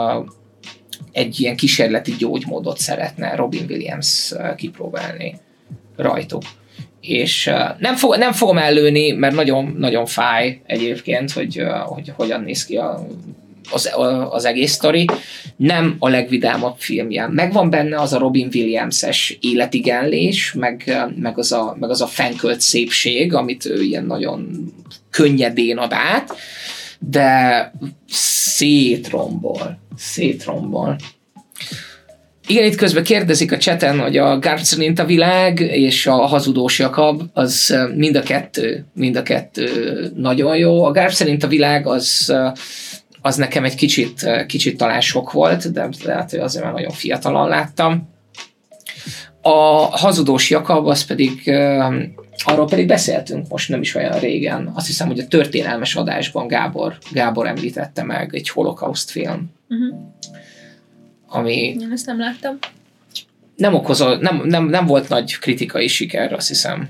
egy ilyen kísérleti gyógymódot szeretne Robin Williams kipróbálni rajtuk. És nem, fog, nem fogom ellőni, mert nagyon, nagyon fáj egyébként, hogy, hogy hogyan néz ki a, az, az egész sztori. Nem a legvidámabb filmje. Megvan benne az a Robin Williams-es életigenlés, meg, meg, az a, meg az a fenkölt szépség, amit ő ilyen nagyon könnyedén ad át, de szétrombol. Szétrombol. Igen, itt közben kérdezik a chaten, hogy a Garb szerint a világ és a hazudós Jakab, az mind a kettő, mind a kettő nagyon jó. A Garb szerint a világ az, az nekem egy kicsit, kicsit talán sok volt, de lehet, hogy azért már nagyon fiatalan láttam. A hazudós Jakab, az pedig, arról pedig beszéltünk most nem is olyan régen. Azt hiszem, hogy a történelmes adásban Gábor, Gábor említette meg, egy holokauszt film. Uh-huh. Ami én ezt nem láttam. Nem, okozol, nem, nem, nem volt nagy kritikai siker, azt hiszem.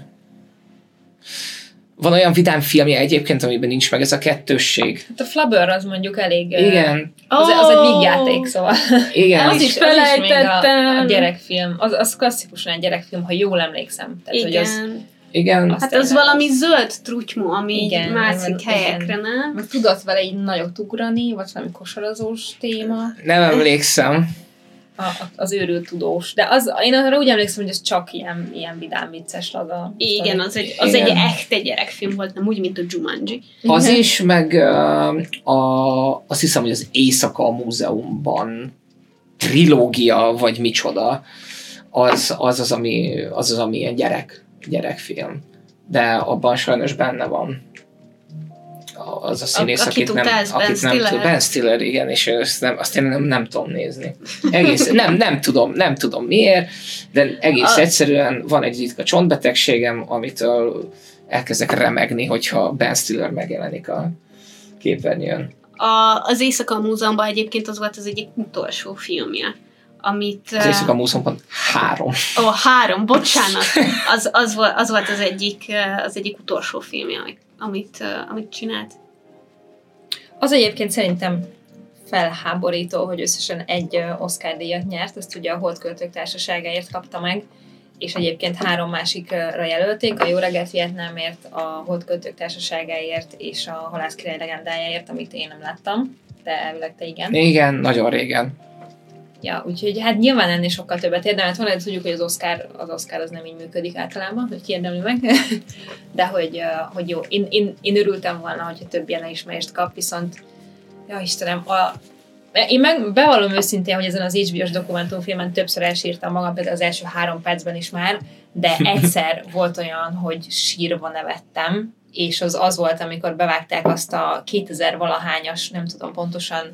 Van olyan vidám filmje egyébként, amiben nincs meg ez a kettősség. Hát a Flubber az mondjuk elég... Igen. Az, az egy vígjáték, szóval. Igen. Az is, az is még a, a gyerekfilm. Az, az klasszikusan egy gyerekfilm, ha jól emlékszem. Tehát, igen. Hogy az, igen. Hát az valami az... zöld trutymó, ami igen, így mászik igen, helyekre, nem? Meg tudod vele így nagyot ugrani, vagy valami kosarazós téma. Nem emlékszem. A, az őrült tudós. De az, én arra úgy emlékszem, hogy ez csak ilyen, ilyen vidám vicces laza. Igen, az egy, az egy echte gyerekfilm volt, nem úgy, mint a Jumanji. Az is, meg uh, a, azt hiszem, hogy az Éjszaka a múzeumban trilógia, vagy micsoda, az az, az, ami, az, az ami ilyen gyerek, gyerekfilm. De abban sajnos benne van az a színész, a, akit, akit nem, akit nem tud. Ben Stiller, igen, és ezt nem, azt én nem, nem tudom nézni. Egész, nem, nem, tudom, nem tudom miért, de egész a... egyszerűen van egy ritka csontbetegségem, amitől elkezdek remegni, hogyha Ben Stiller megjelenik a képernyőn. A, az Éjszaka a múzeumban egyébként az volt az egyik utolsó filmje, amit... Az Éjszaka a múzeumban három. Ó, oh, három, bocsánat. Az, az, volt, az volt az egyik, az egyik utolsó filmje, amit, amit csinált. Az egyébként szerintem felháborító, hogy összesen egy Oscar-díjat nyert, ezt ugye a Holdköltők Társaságáért kapta meg, és egyébként három másikra jelölték, a Jó reggelt Vietnámért, a Holdköltők Társaságáért és a Halász király legendájáért, amit én nem láttam, de elvileg te igen. Igen, nagyon régen. Ja, úgyhogy hát nyilván ennél sokkal többet érdemelt volna, de tudjuk, hogy az Oscar, az Oscar az nem így működik általában, hogy kiérdemli meg, de hogy, hogy jó, én, én, én örültem volna, hogyha több ilyen elismerést kap, viszont ja Istenem, a, én meg bevallom őszintén, hogy ezen az há bé ó-s dokumentumfilmen többször elsírtam magam, például az első három percben is már, de egyszer volt olyan, hogy sírva nevettem, és az az volt, amikor bevágták azt a kétezer valahányas, nem tudom pontosan,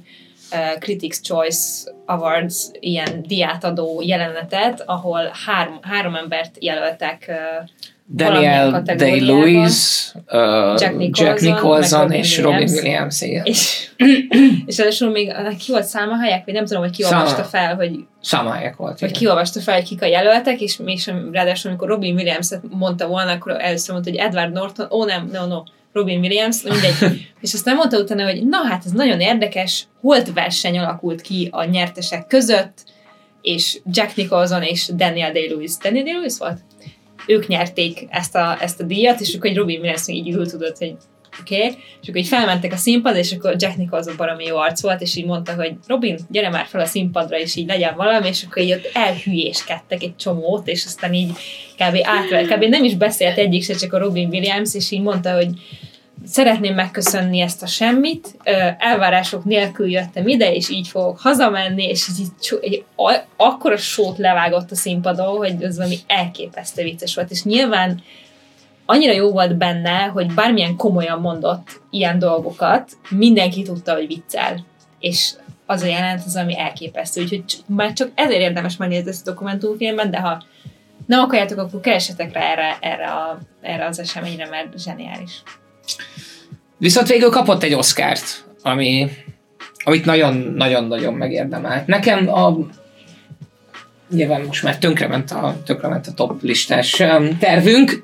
uh, Critics' Choice Awards ilyen díjátadó jelenetet, ahol három, három embert jelöltek uh, Daniel Day-Lewis, uh, Jack Nicholson, Jack Nicholson és Robin Williams. És, és először még ki volt Salma Hayek, vagy nem tudom, hogy ki olvasta fel, hogy Salma Hayek volt. Hogy ki olvasta fel, hogy kik a jelöltek, és mégsem, ráadásul, amikor Robin Williams-et mondta volna, akkor először mondta, hogy Edward Norton, ó nem, no, no, Robin Williams, mindegy. És aztán mondta utána, hogy na hát ez nagyon érdekes, holt verseny alakult ki a nyertesek között, és Jack Nicholson és Daniel Day-Lewis. Daniel Day-Lewis volt? Ők nyerték ezt a, ezt a díjat, és akkor egy Robin Williams így ült, tudott, hogy oké, okay. És akkor így felmentek a színpadra, és akkor Jack Nicholson baromi jó arc volt, és így mondta, hogy Robin, gyere már fel a színpadra, és így legyen valami, és akkor így ott elhülyéskedtek egy csomót, és aztán így kb. Átvelt, kb. Nem is beszélt egyik se, csak a Robin Williams, és így mondta, hogy szeretném megköszönni ezt a semmit, elvárások nélkül jöttem ide, és így fogok hazamenni, és így, így akkora sót levágott a színpadon, hogy az valami elképesztő vicces volt, és nyilván annyira jó volt benne, hogy bármilyen komolyan mondott ilyen dolgokat, mindenki tudta, hogy viccel, és az a jelenet az, ami elképesztő, úgyhogy már csak ezért érdemes megnézni ezt a dokumentumfilmben, de ha nem akarjátok, akkor keresetek rá erre, erre, a, erre az eseményre, mert zseniális. Viszont végül kapott egy Oscart, ami, amit nagyon-nagyon-nagyon megérdemelt. Nekem a nyilván most már tönkrement a, tönkrement a top listás tervünk,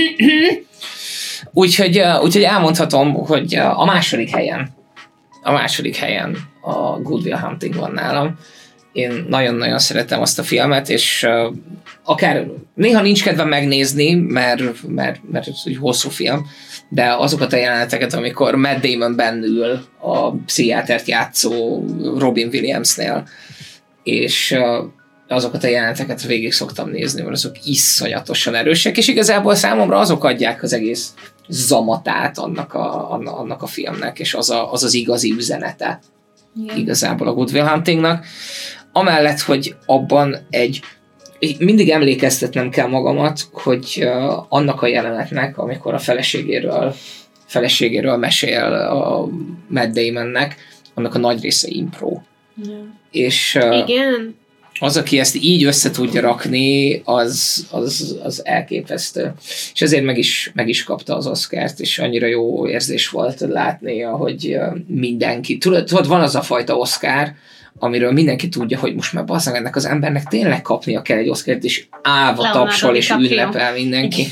úgyhogy, úgyhogy elmondhatom, hogy a második helyen a második helyen a Good Will Hunting van nálam. Én nagyon-nagyon szeretem azt a filmet, és akár néha nincs kedvem megnézni, mert, mert, mert ez egy hosszú film, de azokat a jeleneteket, amikor Matt Damon bennül a pszichiátert játszó Robin Williamsnél, és azokat a jeleneteket végig szoktam nézni, mert azok iszonyatosan erősek, és igazából számomra azok adják az egész zamatát annak a, annak a filmnek, és az, a, az az igazi üzenete yeah. igazából a Good Will Huntingnak. Amellett, hogy abban egy mindig emlékeztetnem kell magamat, hogy uh, annak a jelenetnek, amikor a feleségéről, feleségéről mesél a Matt Damonnek, annak a nagy része impro. Yeah. És uh, igen. az, aki ezt így össze tudja rakni, az, az, az elképesztő. És ezért meg is, meg is kapta az Oscart, és annyira jó érzés volt látni, hogy mindenki, tudod, tudod, van az a fajta Oscar, amiről mindenki tudja, hogy most már basszang, ennek az embernek tényleg kapnia kell egy Oscart, és állva tapsol, és ünnepel mindenki.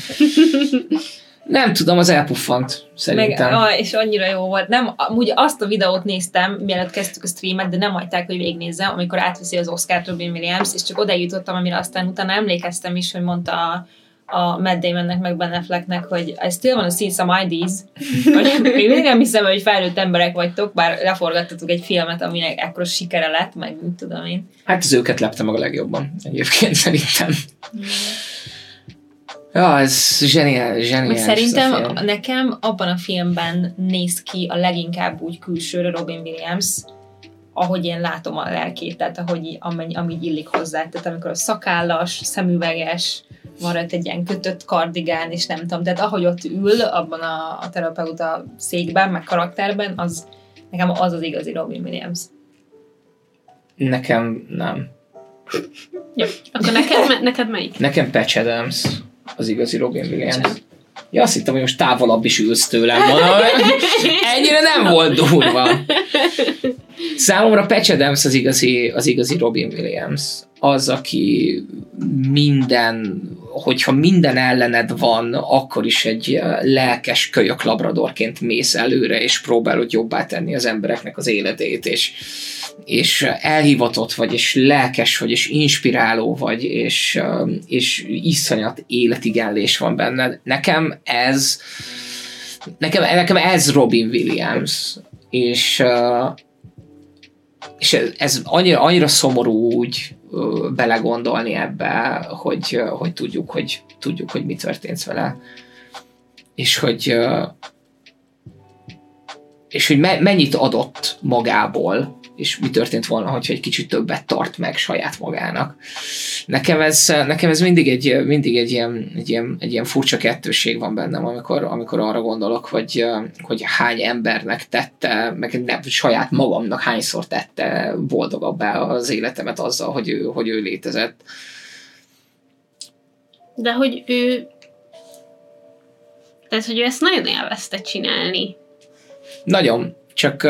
Nem tudom, az elpuffant, szerintem. Meg, ah, és annyira jó volt. Nem, amúgy azt a videót néztem, mielőtt kezdtük a streamet, de nem hagyták, hogy végignézzem, amikor átveszi az Oscar Robin Williams, és csak oda jutottam, amire aztán utána emlékeztem is, hogy mondta a, a Matt Damonnek, meg Ben Afflecknek, hogy I still wanna see some I Ds. Még mindig nem hiszem, hogy felnőtt emberek vagytok, bár leforgattatok egy filmet, aminek ekkora sikere lett, meg mit tudom én. Hát az őket lepte meg a legjobban, egyébként szerintem. Ja, ez zseniális, zseniális. Szerintem nekem abban a filmben néz ki a leginkább úgy külsőre Robin Williams, ahogy én látom a lelkét, tehát ahogy, amennyi, amígy illik hozzá. Tehát amikor a szakállas, szemüveges, van rajta egy ilyen kötött kardigán, és nem tudom, tehát ahogy ott ül abban a, a terapeuta székben, meg karakterben, az nekem az az igazi Robin Williams. Nekem nem. Jó, akkor neked, neked melyik? Nekem Patch Adams az igazi Robin Williams. Sem. Ja, azt hittem, hogy most távolabb is ülsz tőlem. Ennyire nem volt durva. Számomra Patch Adams az igazi, az igazi Robin Williams. Az, aki minden, hogyha minden ellened van, akkor is egy lelkes kölyök labradorként mész előre, és próbálod jobbá tenni az embereknek az életét, és, és elhivatott vagy, és lelkes vagy, és inspiráló vagy, és, és iszonyat életigenlés van benned. Nekem ez nekem, nekem ez Robin Williams. És és ez, ez annyira, annyira szomorú úgy ö, belegondolni ebbe, hogy, hogy tudjuk, hogy tudjuk, hogy mi történt vele. És hogy ö, és hogy me, mennyit adott magából és mi történt volna, hogyha egy kicsit többet tart meg saját magának. Nekem ez, nekem ez mindig, egy, mindig egy, ilyen, egy, ilyen, egy ilyen furcsa kettősség van bennem, amikor, amikor arra gondolok, hogy, hogy hány embernek tette, meg nem, saját magamnak hányszor tette boldogabbá az életemet azzal, hogy ő, hogy ő létezett. De hogy ő tehát, hogy ő ezt nagyon élvezte csinálni. Nagyon. Csak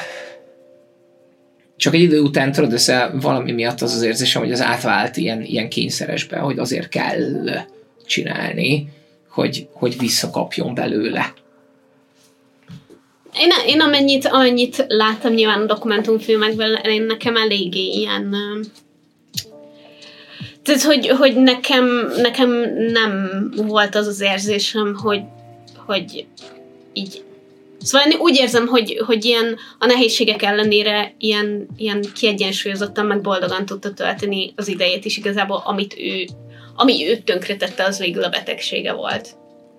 csak egy idő után tudod össze valami miatt az az érzésem, hogy az átvált ilyen, ilyen kényszeresbe, hogy azért kell csinálni, hogy, hogy visszakapjon belőle. Én, én amennyit, amennyit láttam nyilván a dokumentumfilmekben, én nekem eléggé ilyen... Tehát, hogy, hogy nekem, nekem nem volt az az érzésem, hogy, hogy így... Szóval én úgy érzem, hogy, hogy ilyen a nehézségek ellenére ilyen, ilyen kiegyensúlyozottan, meg boldogan tudta tölteni az idejét is igazából, amit ő, ami őt tönkretette, az végül a betegsége volt.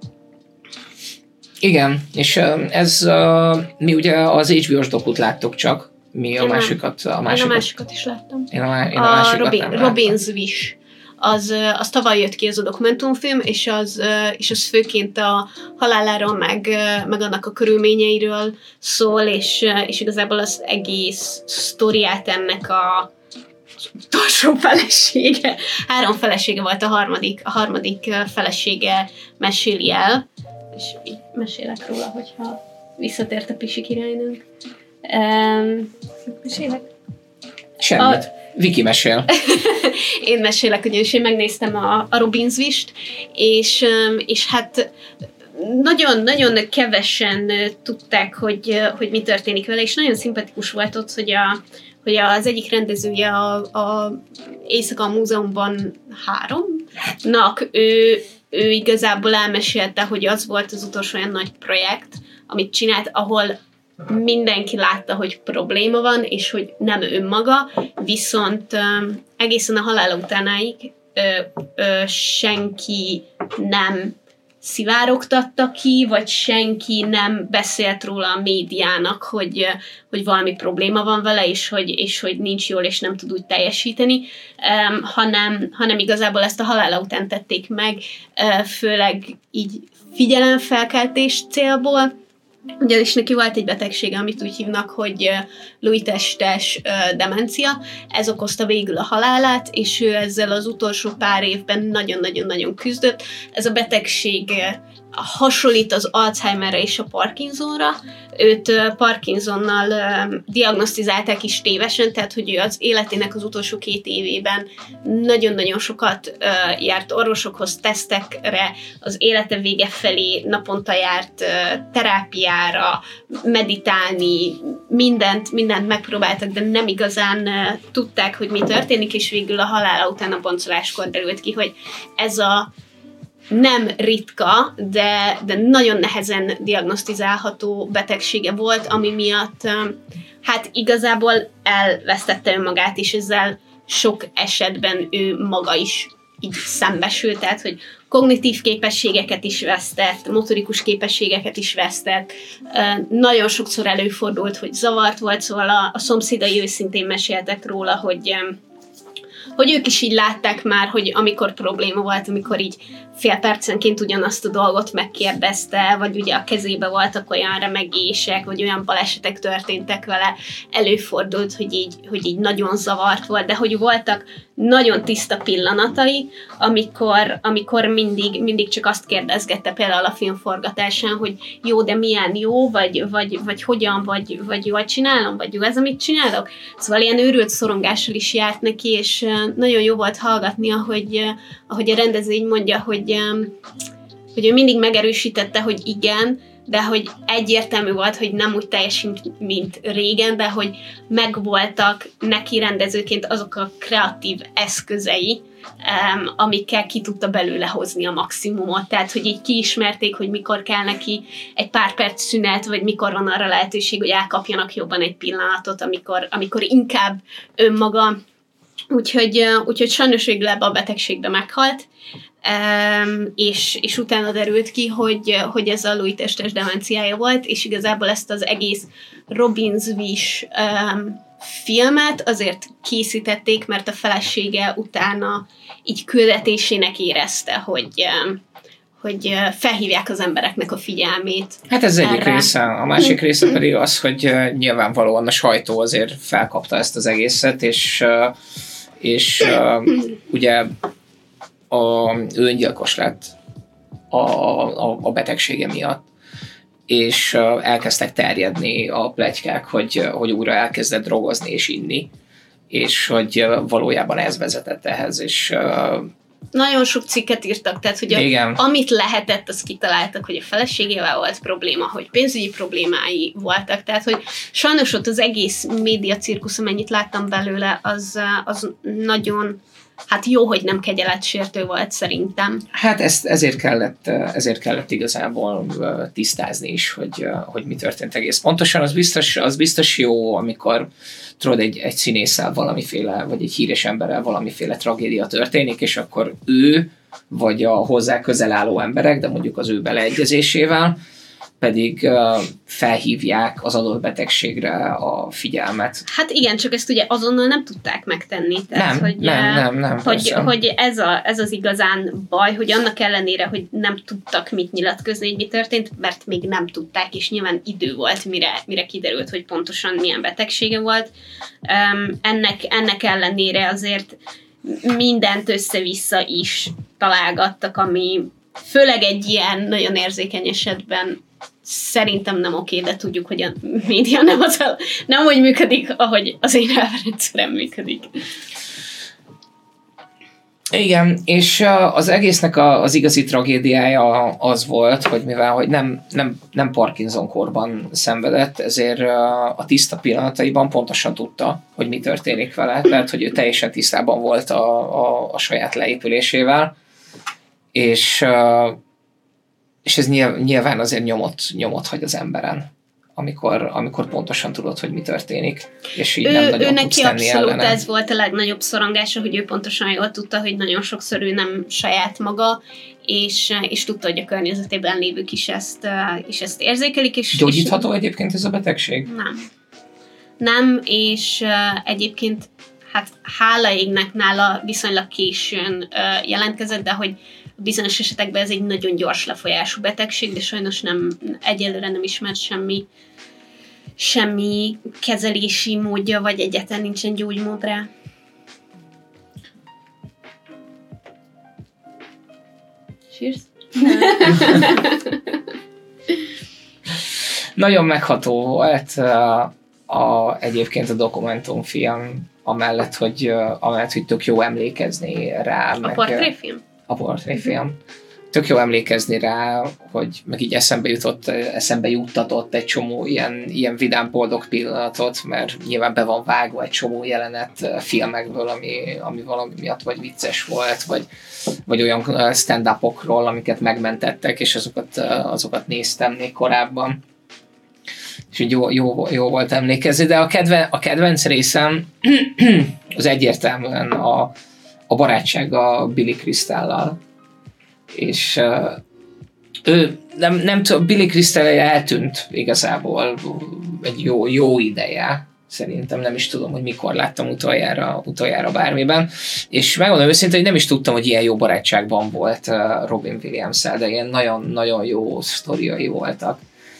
Igen, és ez uh, mi ugye az há bé ó-s dokut láttuk csak, mi a én másikat, a másikat. Én a másikat is láttam. Én a, én a, a másikat Robin, nem láttam. Robin's Wish. Az, az tavaly jött ki ez a dokumentumfilm, és az, és az főként a haláláról, meg, meg annak a körülményeiről szól, és, és igazából az egész sztoriát ennek a utolsó felesége, három felesége volt, a harmadik, a harmadik felesége meséli el, és így mesélek róla, hogyha visszatért a Pisi királynőnk. Um, mesélek? Semmit. A... Viki mesél. Én mesélek, ugyanis én megnéztem a, a Robin's Wish-t, és, és hát nagyon-nagyon kevesen tudták, hogy, hogy mi történik vele, és nagyon szimpatikus volt ott, hogy, a, hogy az egyik rendezője a, a Éjszaka Múzeumban háromnak, ő, ő igazából elmesélte, hogy az volt az utolsó olyan nagy projekt, amit csinált, ahol mindenki látta, hogy probléma van, és hogy nem önmaga, viszont um, egészen a halála utánáig ö, ö, senki nem szivárogtatta ki, vagy senki nem beszélt róla a médiának, hogy, hogy valami probléma van vele, és hogy, és hogy nincs jól, és nem tud úgy teljesíteni, um, hanem, hanem igazából ezt a halála után tették meg, uh, főleg így figyelemfelkeltés célból, ugyanis neki volt egy betegsége, amit úgy hívnak, hogy Lewy testes demencia. Ez okozta végül a halálát, és ő ezzel az utolsó pár évben nagyon-nagyon-nagyon küzdött. Ez a betegség hasonlít az Alzheimerre és a Parkinsonra. Őt Parkinsonnal diagnosztizálták is tévesen, tehát hogy ő az életének az utolsó két évében nagyon-nagyon sokat járt orvosokhoz, tesztekre, az élete vége felé naponta járt terápiára, meditálni, mindent, mindent megpróbáltak, de nem igazán tudták, hogy mi történik, és végül a halála után a boncoláskor derült ki, hogy ez a nem ritka, de, de nagyon nehezen diagnosztizálható betegsége volt, ami miatt hát igazából elvesztette önmagát, és ezzel sok esetben ő maga is így szembesült, tehát hogy kognitív képességeket is vesztett, motorikus képességeket is vesztett, nagyon sokszor előfordult, hogy zavart volt, szóval a, a szomszédai őszintén meséltek róla, hogy hogy ők is így látták már, hogy amikor probléma volt, amikor így fél percenként ugyanazt a dolgot megkérdezte, vagy ugye a kezébe voltak olyan remegések, vagy olyan balesetek történtek vele, előfordult, hogy így, hogy így nagyon zavart volt, de hogy voltak nagyon tiszta pillanatai, amikor, amikor mindig, mindig csak azt kérdezgette például a filmforgatásán, hogy jó, de milyen jó, vagy, vagy, vagy hogyan, vagy, vagy jól csinálom, vagy jó ez, amit csinálok. Szóval ilyen őrült szorongással is járt neki, és nagyon jó volt hallgatni, ahogy, ahogy a rendező így mondja, hogy, hogy ő mindig megerősítette, hogy igen, de hogy egyértelmű volt, hogy nem úgy teljesít, mint régen, de hogy megvoltak neki rendezőként azok a kreatív eszközei, um, amikkel ki tudta belőle hozni a maximumot. Tehát, hogy így kiismerték, hogy mikor kell neki egy pár perc szünet, vagy mikor van arra lehetőség, hogy elkapjanak jobban egy pillanatot, amikor, amikor inkább önmaga. Úgyhogy, úgyhogy sajnos végül ebbe a betegségbe meghalt, Um, és, és utána derült ki, hogy, hogy ez a Lewy-testes demenciája volt, és igazából ezt az egész Robin's Wish um, filmet azért készítették, mert a felesége utána így küldetésének érezte, hogy, hogy felhívják az embereknek a figyelmét. Hát ez egyik erre. része. A másik része pedig az, hogy nyilvánvalóan a sajtó azért felkapta ezt az egészet, és, és ugye a, ő öngyilkos lett a, a, a betegsége miatt, és elkezdtek terjedni a pletykák, hogy, hogy újra elkezdett drogozni és inni, és hogy valójában ez vezetett ehhez, és nagyon sok cikket írtak, tehát hogy a, amit lehetett, azt kitaláltak, hogy a feleségével volt probléma, hogy pénzügyi problémái voltak, tehát hogy sajnos ott az egész média cirkusz, amennyit láttam belőle, az, az nagyon, hát jó, hogy nem kegyeletsértő volt szerintem. Hát ezt, ezért, kellett, ezért kellett igazából tisztázni is, hogy, hogy mi történt egész pontosan. Az biztos, az biztos jó, amikor tudod, egy, egy színésszel valamiféle, vagy egy híres emberrel valamiféle tragédia történik, és akkor ő, vagy a hozzá közel álló emberek, de mondjuk az ő beleegyezésével, pedig uh, felhívják az adott betegségre a figyelmet. Hát igen, csak ezt ugye azonnal nem tudták megtenni. Tehát, nem, hogy, nem, nem, nem. Hogy, hogy ez, a, ez az igazán baj, hogy annak ellenére, hogy nem tudtak mit nyilatkozni, hogy mi történt, mert még nem tudták, és nyilván idő volt, mire, mire kiderült, hogy pontosan milyen betegsége volt. Um, ennek, ennek ellenére azért mindent össze-vissza is találgattak, ami főleg egy ilyen nagyon érzékeny esetben szerintem nem oké, de tudjuk, hogy a média nem, az a, nem úgy működik, ahogy az én elvrendszerem működik. Igen, és az egésznek a, az igazi tragédiája az volt, hogy mivel hogy nem, nem, nem Parkinson-korban szenvedett, ezért a tiszta pillanataiban pontosan tudta, hogy mi történik vele. Tehát, hogy ő teljesen tisztában volt a, a, a saját leépülésével, és és ez nyilván azért nyomot, nyomot hagy az emberen, amikor, amikor pontosan tudod, hogy mi történik, és így ő, nem nagyon ő tudsz tenni neki abszolút ellene. Ez volt a legnagyobb szorongása, hogy ő pontosan jól tudta, hogy nagyon sokszor ő nem saját maga, és, és tudta, hogy a környezetében lévők is ezt, is ezt érzékelik. És, Gyógyítható és, egyébként ez a betegség? Nem. Nem, és egyébként hát hála égnek nála viszonylag későn jelentkezett, de hogy bizonyos esetekben ez egy nagyon gyors lefolyású betegség, de sajnos nem, egyelőre nem ismert semmi, semmi kezelési módja, vagy egyáltalán nincsen gyógymód rá. Sírsz? Nagyon megható volt a, a, egyébként a dokumentumfilm, amellett, hogy, amellett, hogy tök jó emlékezni rá. A meg, portréfilm? A portréfilm. Tök jó emlékezni rá, hogy meg így eszembe jutott, eszembe juttatott egy csomó ilyen, ilyen vidám boldog pillanatot, mert nyilván be van vágva egy csomó jelenet filmekből, ami, ami valami miatt vagy vicces volt, vagy, vagy olyan stand-upokról, amiket megmentettek, és azokat, azokat néztem még korábban. És így jó, jó, jó volt emlékezni, de a, kedven, a kedvenc részem az egyértelműen a, a barátság a Billy Crystal-lal. És uh, ő nem, nem tudom, Billy Crystal eltűnt igazából egy jó, jó ideje. Szerintem nem is tudom, hogy mikor láttam utoljára, utoljára bármiben. És megmondom őszintén, hogy nem is tudtam, hogy ilyen jó barátságban volt uh, Robin Williams-szel, de ilyen nagyon-nagyon jó sztoriai voltak.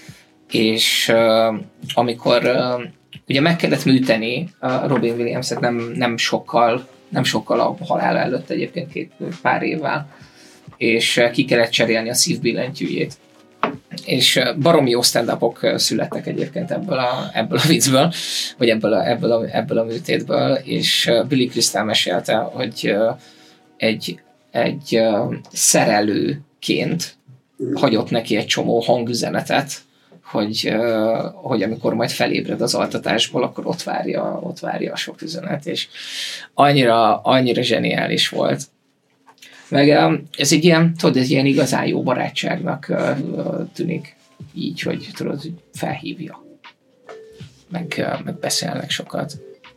És uh, amikor uh, ugye meg kellett műteni uh, Robin Williams-et nem, nem sokkal nem sokkal a halála előtt egyébként két pár évvel, és uh, ki kellett cserélni a szívbillentyűjét. És uh, baromi jó stand-upok uh, születtek egyébként ebből a, ebből a viccből, vagy ebből a, ebből a, ebből a műtétből, és uh, Billy Crystal mesélte, hogy uh, egy, egy uh, szerelőként hagyott neki egy csomó hangüzenetet, hogy, hogy amikor majd felébred az altatásból, akkor ott várja, ott várja a sok üzenet, és annyira, annyira zseniális volt. Meg ez egy ilyen, tudod, ez ilyen igazán jó barátságnak tűnik így, hogy tudod, hogy felhívja. Meg, meg beszélnek sokat.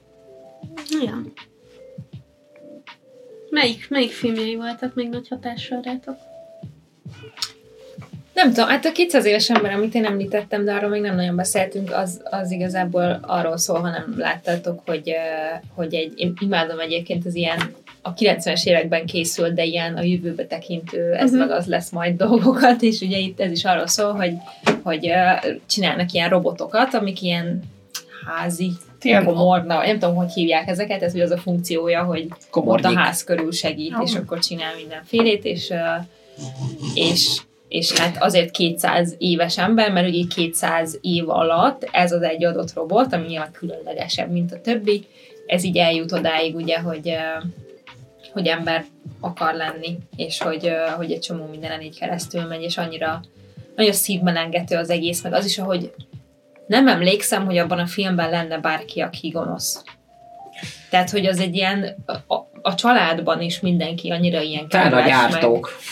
Ja. Melyik, melyik filmjei voltak még nagy hatással rátok? Nem tudom, hát a kétszáz éves ember, amit én említettem, de arról még nem nagyon beszéltünk, az, az igazából arról szól, ha nem láttátok, hogy, hogy egy, én imádom egyébként az ilyen a kilencvenes években készült, de ilyen a jövőbe tekintő, ez uh-huh. meg az lesz majd dolgokat, és ugye itt ez is arról szól, hogy, hogy csinálnak ilyen robotokat, amik ilyen házi, komorna, nem tudom, hogy hívják ezeket, ez ugye az a funkciója, hogy ott a ház körül segít, uh-huh. és akkor csinál mindenfélét, és, és és hát azért kétszáz éves ember, mert ugye kétszáz év alatt ez az egy adott robot, ami nyilván különlegesebb, mint a többi, ez így eljut odáig, ugye, hogy, hogy ember akar lenni, és hogy, hogy egy csomó mindenen így keresztül megy, és annyira nagyon szívmelengető az egész, meg az is, ahogy nem emlékszem, hogy abban a filmben lenne bárki, aki gonosz. Tehát, hogy az egy ilyen, a, a családban is mindenki annyira ilyen talán a gyártók. Meg.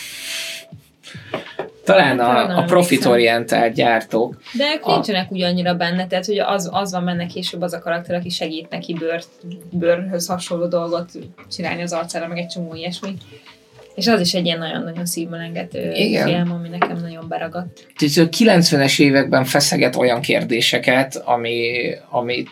Talán a, a profitorientált gyártók. De ők a... nincsenek úgy annyira benne, tehát hogy az, az van benne később az a karakter, aki segít neki bőr, bőrhöz hasonló dolgot csinálni az arcára, meg egy csomó ilyesmi. És az is egy ilyen nagyon-nagyon szívmelengető film, ami nekem nagyon beragadt. Tehát a kilencvenes években feszeget olyan kérdéseket, ami, ami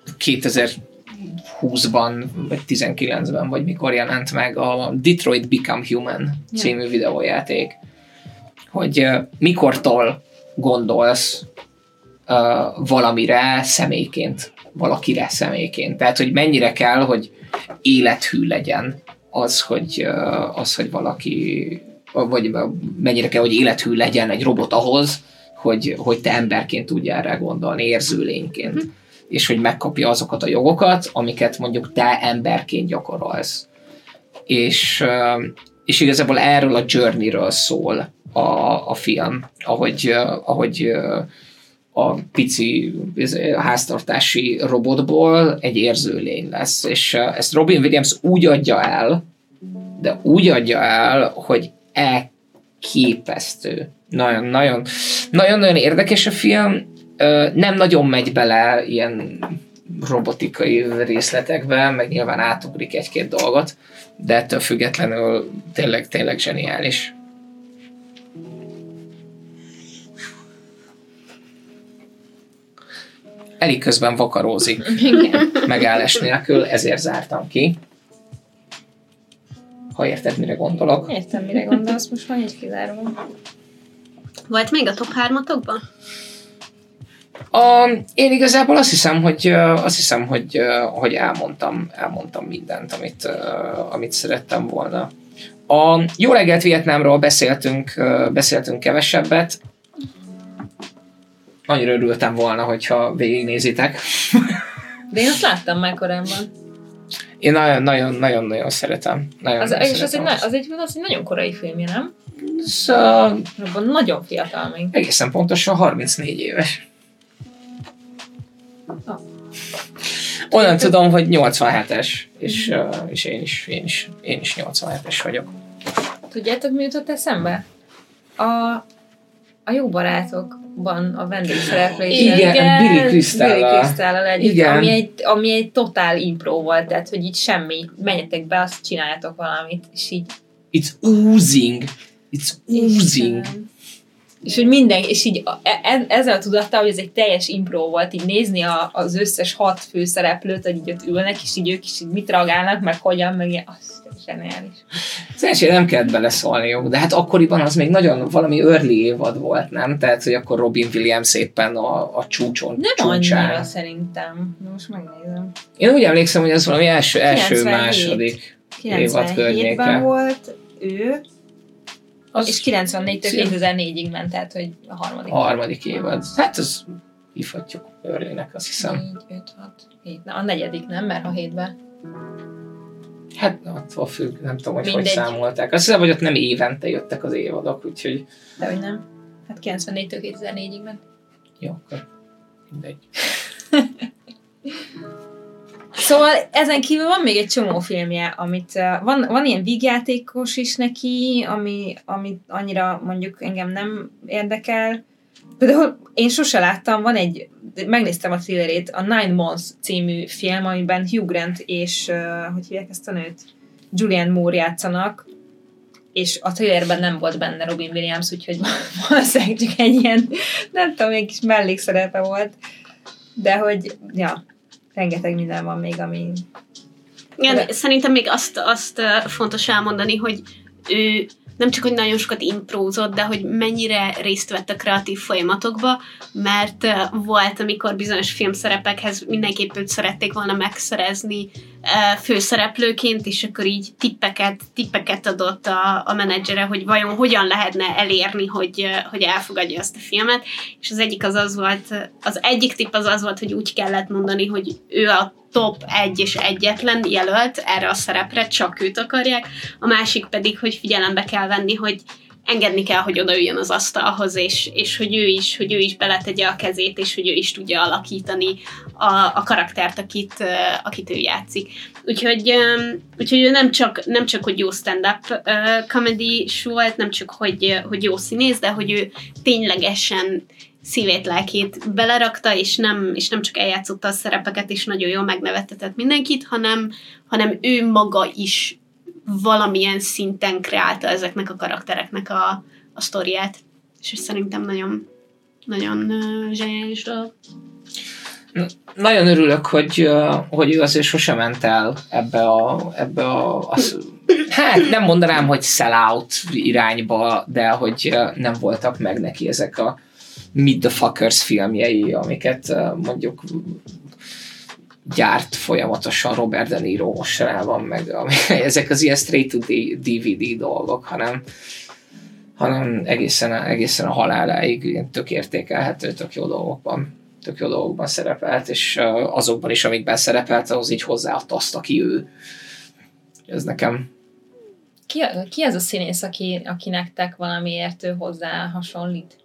kétezer-húszban, vagy tizenkilencben, vagy mikor jelent meg a Detroit Become Human című ja. videójáték. Hogy uh, mikortól gondolsz uh, valamire személyként, valakire személyként. Tehát, hogy mennyire kell, hogy élethű legyen az, hogy, uh, az, hogy valaki, vagy mennyire kell, hogy élethű legyen egy robot ahhoz, hogy, hogy te emberként tudjál rá gondolni, érző lényként. Mm-hmm. És hogy megkapja azokat a jogokat, amiket mondjuk te emberként gyakorolsz. És, uh, és igazából erről a journey-ről szól A, a film, ahogy, uh, ahogy uh, a pici háztartási robotból egy érző lény lesz. És uh, ezt Robin Williams úgy adja el, de úgy adja el, hogy elképesztő. Nagyon, nagyon, nagyon-nagyon érdekes a film. Uh, nem nagyon megy bele ilyen robotikai részletekbe, meg nyilván átugrik egy-két dolgot, de ettől függetlenül tényleg, tényleg zseniális. Eli közben vakarózik. Igen. Megállás nélkül, ezért zártam ki. Ha érted, mire gondolok. Értem, mire gondolsz, most van egy kizárom. Volt még a top hármatokban? A, én igazából azt hiszem, hogy, azt hiszem, hogy, hogy elmondtam, elmondtam mindent, amit, amit szerettem volna. A Jó reggelt Vietnámról beszéltünk, beszéltünk kevesebbet. Annyira örültem volna, hogyha végignézitek. De én azt láttam már korábban. Én nagyon-nagyon szeretem. Nagyon, az, nagyon és szeretem az, egy, az, egy, az egy nagyon korai filmje, nem? Szóval... Abban nagyon fiatal még. Egészen pontosan harmincnégy éves. Oh. Onnan tudom, hogy nyolcvanhetes, és, uh, és én, is, én, is, én is nyolcvanhetes vagyok. Tudjátok, mi jutott eszembe? A, a Jó barátokban a vendégszereplés. Igen, Igen, Billy Crystal-al. Billy Crystal-al együtt, Igen. Ami, egy, ami egy totál impro volt, tehát, hogy így semmi, menjetek be, azt csináljátok valamit, és így... It's oozing. It's oozing. És hogy minden, és így e, ezzel a tudattal, hogy ez egy teljes impro volt, így nézni a, az összes hat főszereplőt, hogy így ott ülnek, és így ők is így mit reagálnak, meg hogyan, meg ilyen, azt zseniális. Szerencsére nem kellett beleszólniuk, de hát akkoriban az még nagyon valami early évad volt, nem? Tehát, hogy akkor Robin Williams éppen a, a csúcson, nem csúcsán. annyira szerintem. Most megnézem. Én úgy emlékszem, hogy ez valami első, első második évad környéke. kilencvenhétben volt ő, az és kilencvennégytől kétezer-négyig ment, tehát hogy a harmadik. A harmadik évad. Hát az hívhatjuk early-nek, azt hiszem. négy, öt, hat, hét. Na, a negyedik nem, mert ha hétben. Hát attól függ, nem tudom, hogy Mindegy. Hogy számolták. Azt hiszem, hogy ott nem évente jöttek az évadok, úgyhogy... Dehogy nem. Hát kilencvennégytől kétezer-négyig ment. Jó, akkor mindegy. Szóval ezen kívül van még egy csomó filmje, amit uh, van, van ilyen vígjátékos is neki, ami, ami annyira mondjuk engem nem érdekel. Például én sose láttam, van egy, megnéztem a thrillerét, a Nine Months című film, amiben Hugh Grant és, uh, hogy hívják ezt a nőt? Julianne Moore játszanak. és a trailerben nem volt benne Robin Williams, úgyhogy valószínűleg csak egy ilyen, nem tudom, egy kis mellékszerepe volt, de hogy, ja, rengeteg minden van még, ami... Igen, de... szerintem még azt, azt fontos elmondani, hogy ő nem csak, hogy nagyon sokat imprózott, de hogy mennyire részt vett a kreatív folyamatokba, mert volt, amikor bizonyos filmszerepekhez mindenképp őt szerették volna megszerezni főszereplőként, és akkor így tippeket, tippeket adott a, a menedzsere, hogy vajon hogyan lehetne elérni, hogy, hogy elfogadja ezt a filmet, és az egyik az az volt, az egyik tipp az az volt, hogy úgy kellett mondani, hogy ő a top egy és egyetlen jelölt erre a szerepre, csak őt akarják, a másik pedig, hogy figyelembe kell venni, hogy engedni kell, hogy odaüljön az asztalhoz, és, és hogy ő is, hogy ő is beletegye a kezét, és hogy ő is tudja alakítani a, a karaktert, akit, uh, akit ő játszik. Úgyhogy, um, úgyhogy ő nem csak, nem csak, hogy jó stand-up uh, comedy volt, nem csak, hogy, hogy jó színész, de hogy ő ténylegesen szívét, lelkét belerakta, és nem, és nem csak eljátszotta a szerepeket, és nagyon jól megnevettetett mindenkit, hanem, hanem ő maga is valamilyen szinten kreálta ezeknek a karaktereknek a, a sztoriát. És szerintem nagyon, nagyon uh, zseniális dolog. Nagyon örülök, hogy, hogy ő azért sosem ment el ebbe a, ebbe a, a hát nem mondanám, hogy sell-out irányba, de hogy nem voltak meg neki ezek a Meet the Fuckers filmjei, amiket mondjuk gyárt folyamatosan Robert De Niro mostanában, meg ezek az ilyen straight to dé vé dé dolgok, hanem, hanem egészen, egészen a haláláig tök értékelhető, tök jó dolgokban, tök jó dolgokban szerepelt, és azokban is, amikben szerepelt, ahhoz így hozzáadta azt, aki ő. Ez nekem... Ki, ki az a színész, aki, aki nektek valamiért ő hozzá hasonlít?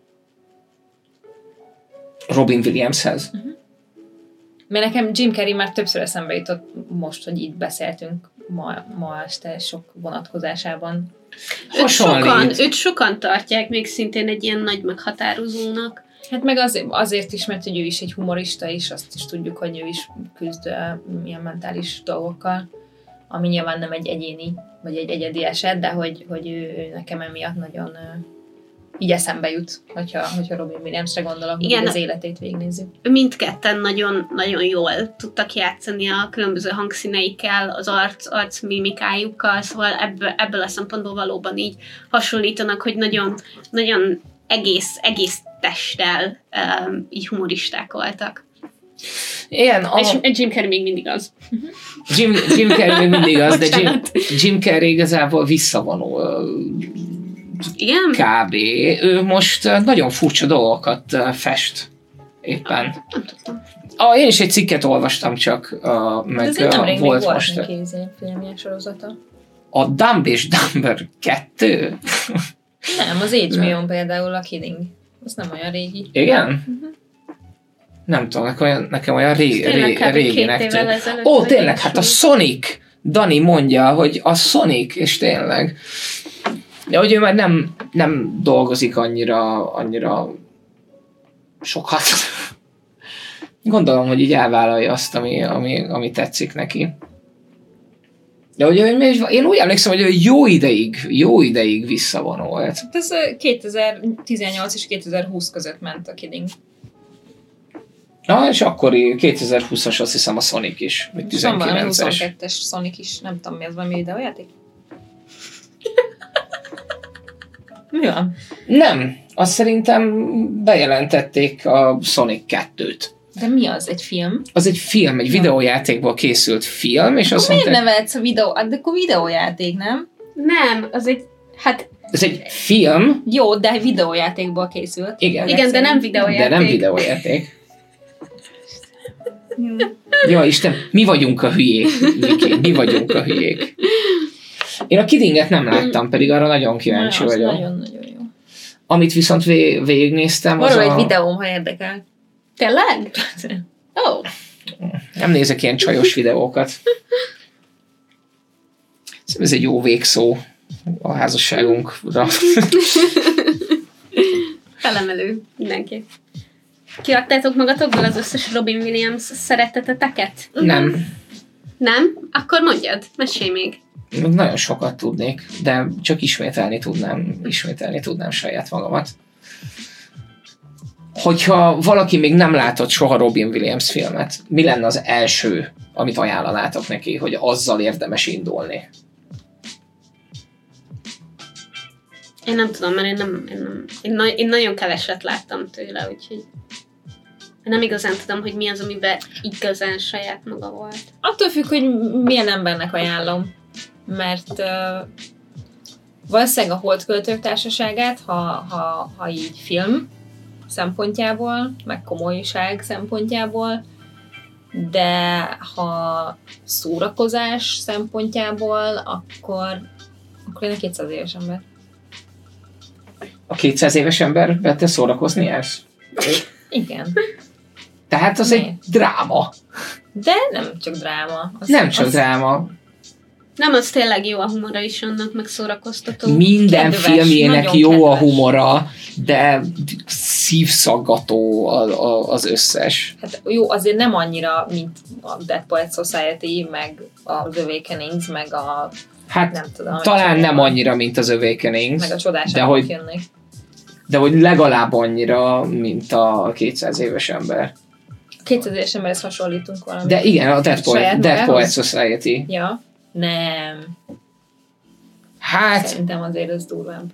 Robin Williamshez. Uh-huh. Mert nekem Jim Carrey már többször eszembe jutott most, hogy itt beszéltünk ma, ma este sok vonatkozásában. Őt sokan, őt sokan tartják még szintén egy ilyen nagy meghatározónak. Hát meg azért, azért is, mert hogy ő is egy humorista, és azt is tudjuk, hogy ő is küzd uh, ilyen mentális dolgokkal, ami nyilván nem egy egyéni, vagy egy egyedi eset, de hogy, hogy ő, ő nekem emiatt nagyon uh, így eszembe jut, hogyha, hogyha Robin Williamsre gondolok, hogy az életét végignézzük. Mindketten nagyon, nagyon jól tudtak játszani a különböző hangszíneikkel, az arc, arc mimikájukkal, szóval ebből, ebből a szempontból valóban így hasonlítanak, hogy nagyon, nagyon egész, egész testtel um, így humoristák voltak. Igen, a... És Jim Carrey még mindig az. Jim, Jim Carrey még mindig az, de Jim, Jim Carrey igazából visszavonul. Igen? Kb. Ő most nagyon furcsa dolgokat fest éppen. Nem tudtam. Ah, én is egy cikket olvastam csak, uh, meg de uh, volt most. Volt neki filmje sorozata. A Dumb és Dumber kettő? Nem, az há bé ó-n például a Kidding. Az nem olyan régi. Igen? Uh-huh. Nem tudom, nekem olyan, nekem olyan ré, ré, réginek tűnt. Ó, tényleg, hát a Sonic! Dani mondja, hogy a Sonic, és tényleg. De hogy ő már nem, nem dolgozik annyira, annyira sokat. Gondolom, hogy így elvállalja azt, ami, ami, ami tetszik neki. De hogy én úgy emlékszem, hogy ő jó ideig, jó ideig visszavonult. Ez kétezer-tizennyolc és kétezer-húsz között ment a Kidding. Na, és akkor kétezer-húszas azt hiszem a Sonic is, vagy tizenkilences. huszonkettes Sonic is, nem tudom mi az, valami videójáték? Mi van? Nem, azt szerintem bejelentették a Sonic kettőt. De mi az? Egy film? Az egy film, egy videójátékból készült film, és azt mondták... Miért nevetsz a videó? De akkor videójáték, nem? Nem, az egy... Hát... Ez egy film. Jó, de egy videójátékból készült. Igen, Igen, de nem videójáték. De nem videójáték. Jó, Isten, mi vagyunk a hülyék, Viki, mi vagyunk a hülyék. Én a Kiddinget nem láttam, pedig arra nagyon kíváncsi Na, vagyok. Nagyon-nagyon jó. Amit viszont vé- végignéztem, az Arról a... egy videóm, ha érdekel. Tényleg? Ó. Oh. Nem nézek ilyen csajos videókat. Ez egy jó végszó a házasságunkra. Felemelő mindenki. Kiadtátok magatokból az összes Robin Williams szereteteteket? Nem. Nem? Akkor mondjad, mesélj még. Még nagyon sokat tudnék, de csak ismételni tudnám, ismételni tudnám saját magamat. Hogyha valaki még nem látott soha Robin Williams filmet, mi lenne az első, amit ajánlanátok neki, hogy azzal érdemes indulni? Én nem tudom, mert én nem, én, nem, én, na, én nagyon keveset láttam tőle, úgyhogy nem igazán tudom, hogy mi az, amiben igazán saját maga volt. Attól függ, hogy milyen embernek ajánlom. Mert uh, valószínűleg a Holdköltők Társaságát, ha, ha, ha így film szempontjából, meg komolyság szempontjából, de ha szórakozás szempontjából, akkor, akkor én a kétszáz éves ember. A kétszáz éves ember vette szórakozni ezt? Igen. Tehát az Mi? egy dráma. De nem csak dráma. Az, Nem csak az dráma. Nem, az tényleg jó a humora is annak, meg szórakoztató. Minden Kedves, filmjének nagyon jó a kedves. humora, de szívszaggató az, az összes. Hát jó, azért nem annyira, mint a Dead Poets Society, meg a The Awakenings, meg a Hát nem tudom. talán nem van. annyira, mint az Awakenings, Meg a csodás de álmok hogy, jönnek. de hogy legalább annyira, mint a kétszáz éves ember. kétszáz éves emberhez hasonlítunk valamit. De igen, a Dead, Saját Poet, Dead magához? Poets Society. Ja? Nem. Hát, Szerintem azért ez durvább.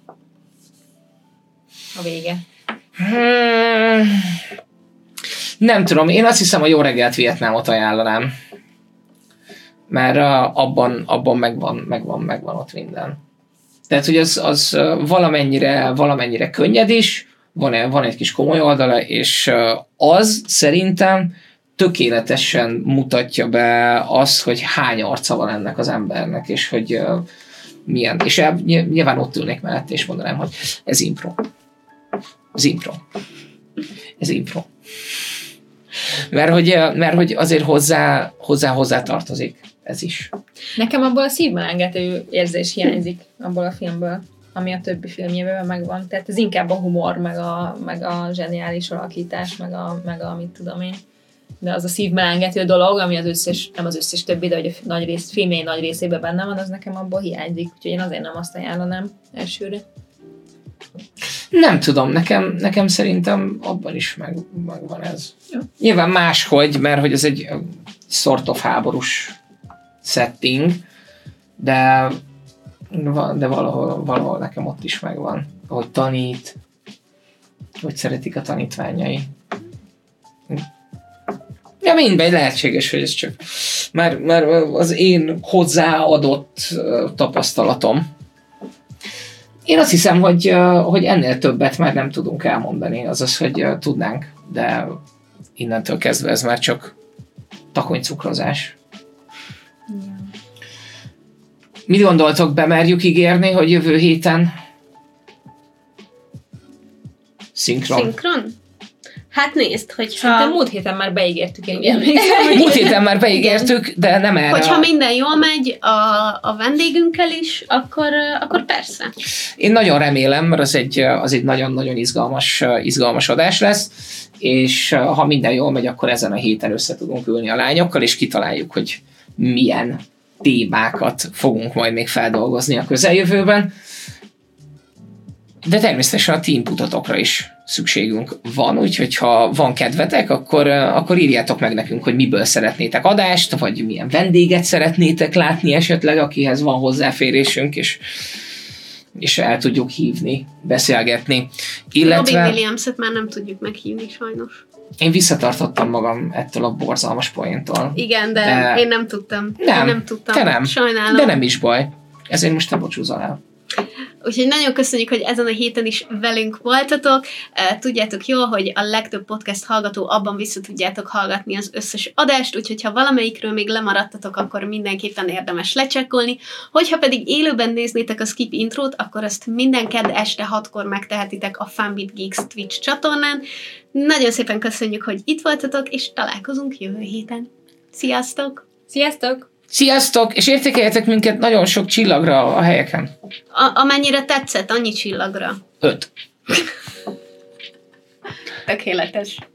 A vége. hmm, nem tudom, én azt hiszem, a Jó reggelt Vietnámot ajánlanám. Mert uh, abban, abban megvan, megvan, megvan ott minden. Tehát, hogy az, az uh, valamennyire, valamennyire könnyed is, van, van egy kis komoly oldala, és uh, az szerintem tökéletesen mutatja be azt, hogy hány arca van ennek az embernek, és hogy uh, milyen. És el, nyilván ott ülnék mellett, és mondanám, hogy ez impro. Ez impro. Ez impro. Mert hogy, mert hogy azért hozzá, hozzá, hozzá tartozik ez is. Nekem abból a szívmelengető érzés hiányzik abból a filmből, ami a többi filmjében megvan. Tehát ez inkább a humor, meg a, meg a zseniális alakítás, meg a, meg a mit tudom én. De az a szívmelengető dolog, ami az összes, nem az összes többi, de hogy a nagy rész, filmjei nagy részében benne van, az nekem abból hiányzik. Úgyhogy én azért nem azt ajánlanám elsőre. Nem tudom, nekem, nekem szerintem abban is meg, megvan ez. Ja. Nyilván máshogy, mert hogy ez egy sort of háborús setting, de, de valahol, valahol nekem ott is megvan. Ahogy tanít, hogy szeretik a tanítványai. Ja, mindegy, lehetséges, hogy ez csak már, már az én hozzáadott tapasztalatom. Én azt hiszem, hogy, hogy ennél többet már nem tudunk elmondani, azaz, hogy tudnánk, de innentől kezdve ez már csak takonycukrozás. Ja. Mit gondoltok, bemerjük ígérni, hogy jövő héten szinkron? Szinkron? Hát nézd, Szerintem hogyha, múlt héten már beígértük, én Igen. Múlt héten már beígértük, de nem erre. hogyha minden jól megy a, a vendégünkkel is, akkor, akkor persze. Én nagyon remélem, mert az egy, az egy nagyon-nagyon izgalmas, izgalmas adás lesz, és ha minden jól megy, akkor ezen a héten össze tudunk ülni a lányokkal, és kitaláljuk, hogy milyen témákat fogunk majd még feldolgozni a közeljövőben. De természetesen a ti inputotokra is szükségünk van, úgyhogy ha van kedvetek, akkor, akkor írjátok meg nekünk, hogy miből szeretnétek adást, vagy milyen vendéget szeretnétek látni esetleg, akihez van hozzáférésünk, és, és el tudjuk hívni, beszélgetni. Illetve Robin Williams-et már nem tudjuk meghívni sajnos. én visszatartottam magam ettől a borzalmas poéntól. Igen, de, De- én nem tudtam. Nem, én nem tudtam. te nem. Sajnálom. De nem is baj. Ezért most te bocsúzol el. Úgyhogy nagyon köszönjük, hogy ezen a héten is velünk voltatok. Eh, Tudjátok jól, hogy a legtöbb podcast hallgató abban vissza tudjátok hallgatni az összes adást, úgyhogy ha valamelyikről még lemaradtatok, akkor mindenképpen érdemes lecsekkolni. Hogyha pedig élőben néznétek a Skip intrót, akkor azt minden kedd este hatkor megtehetitek a Funbit Geeks Twitch csatornán. Nagyon szépen köszönjük, hogy itt voltatok, és találkozunk jövő héten. Sziasztok! Sziasztok! Sziasztok, és értékeljetek minket nagyon sok csillagra a helyeken. A- amennyire tetszett, annyi csillagra. Öt. Tökéletes.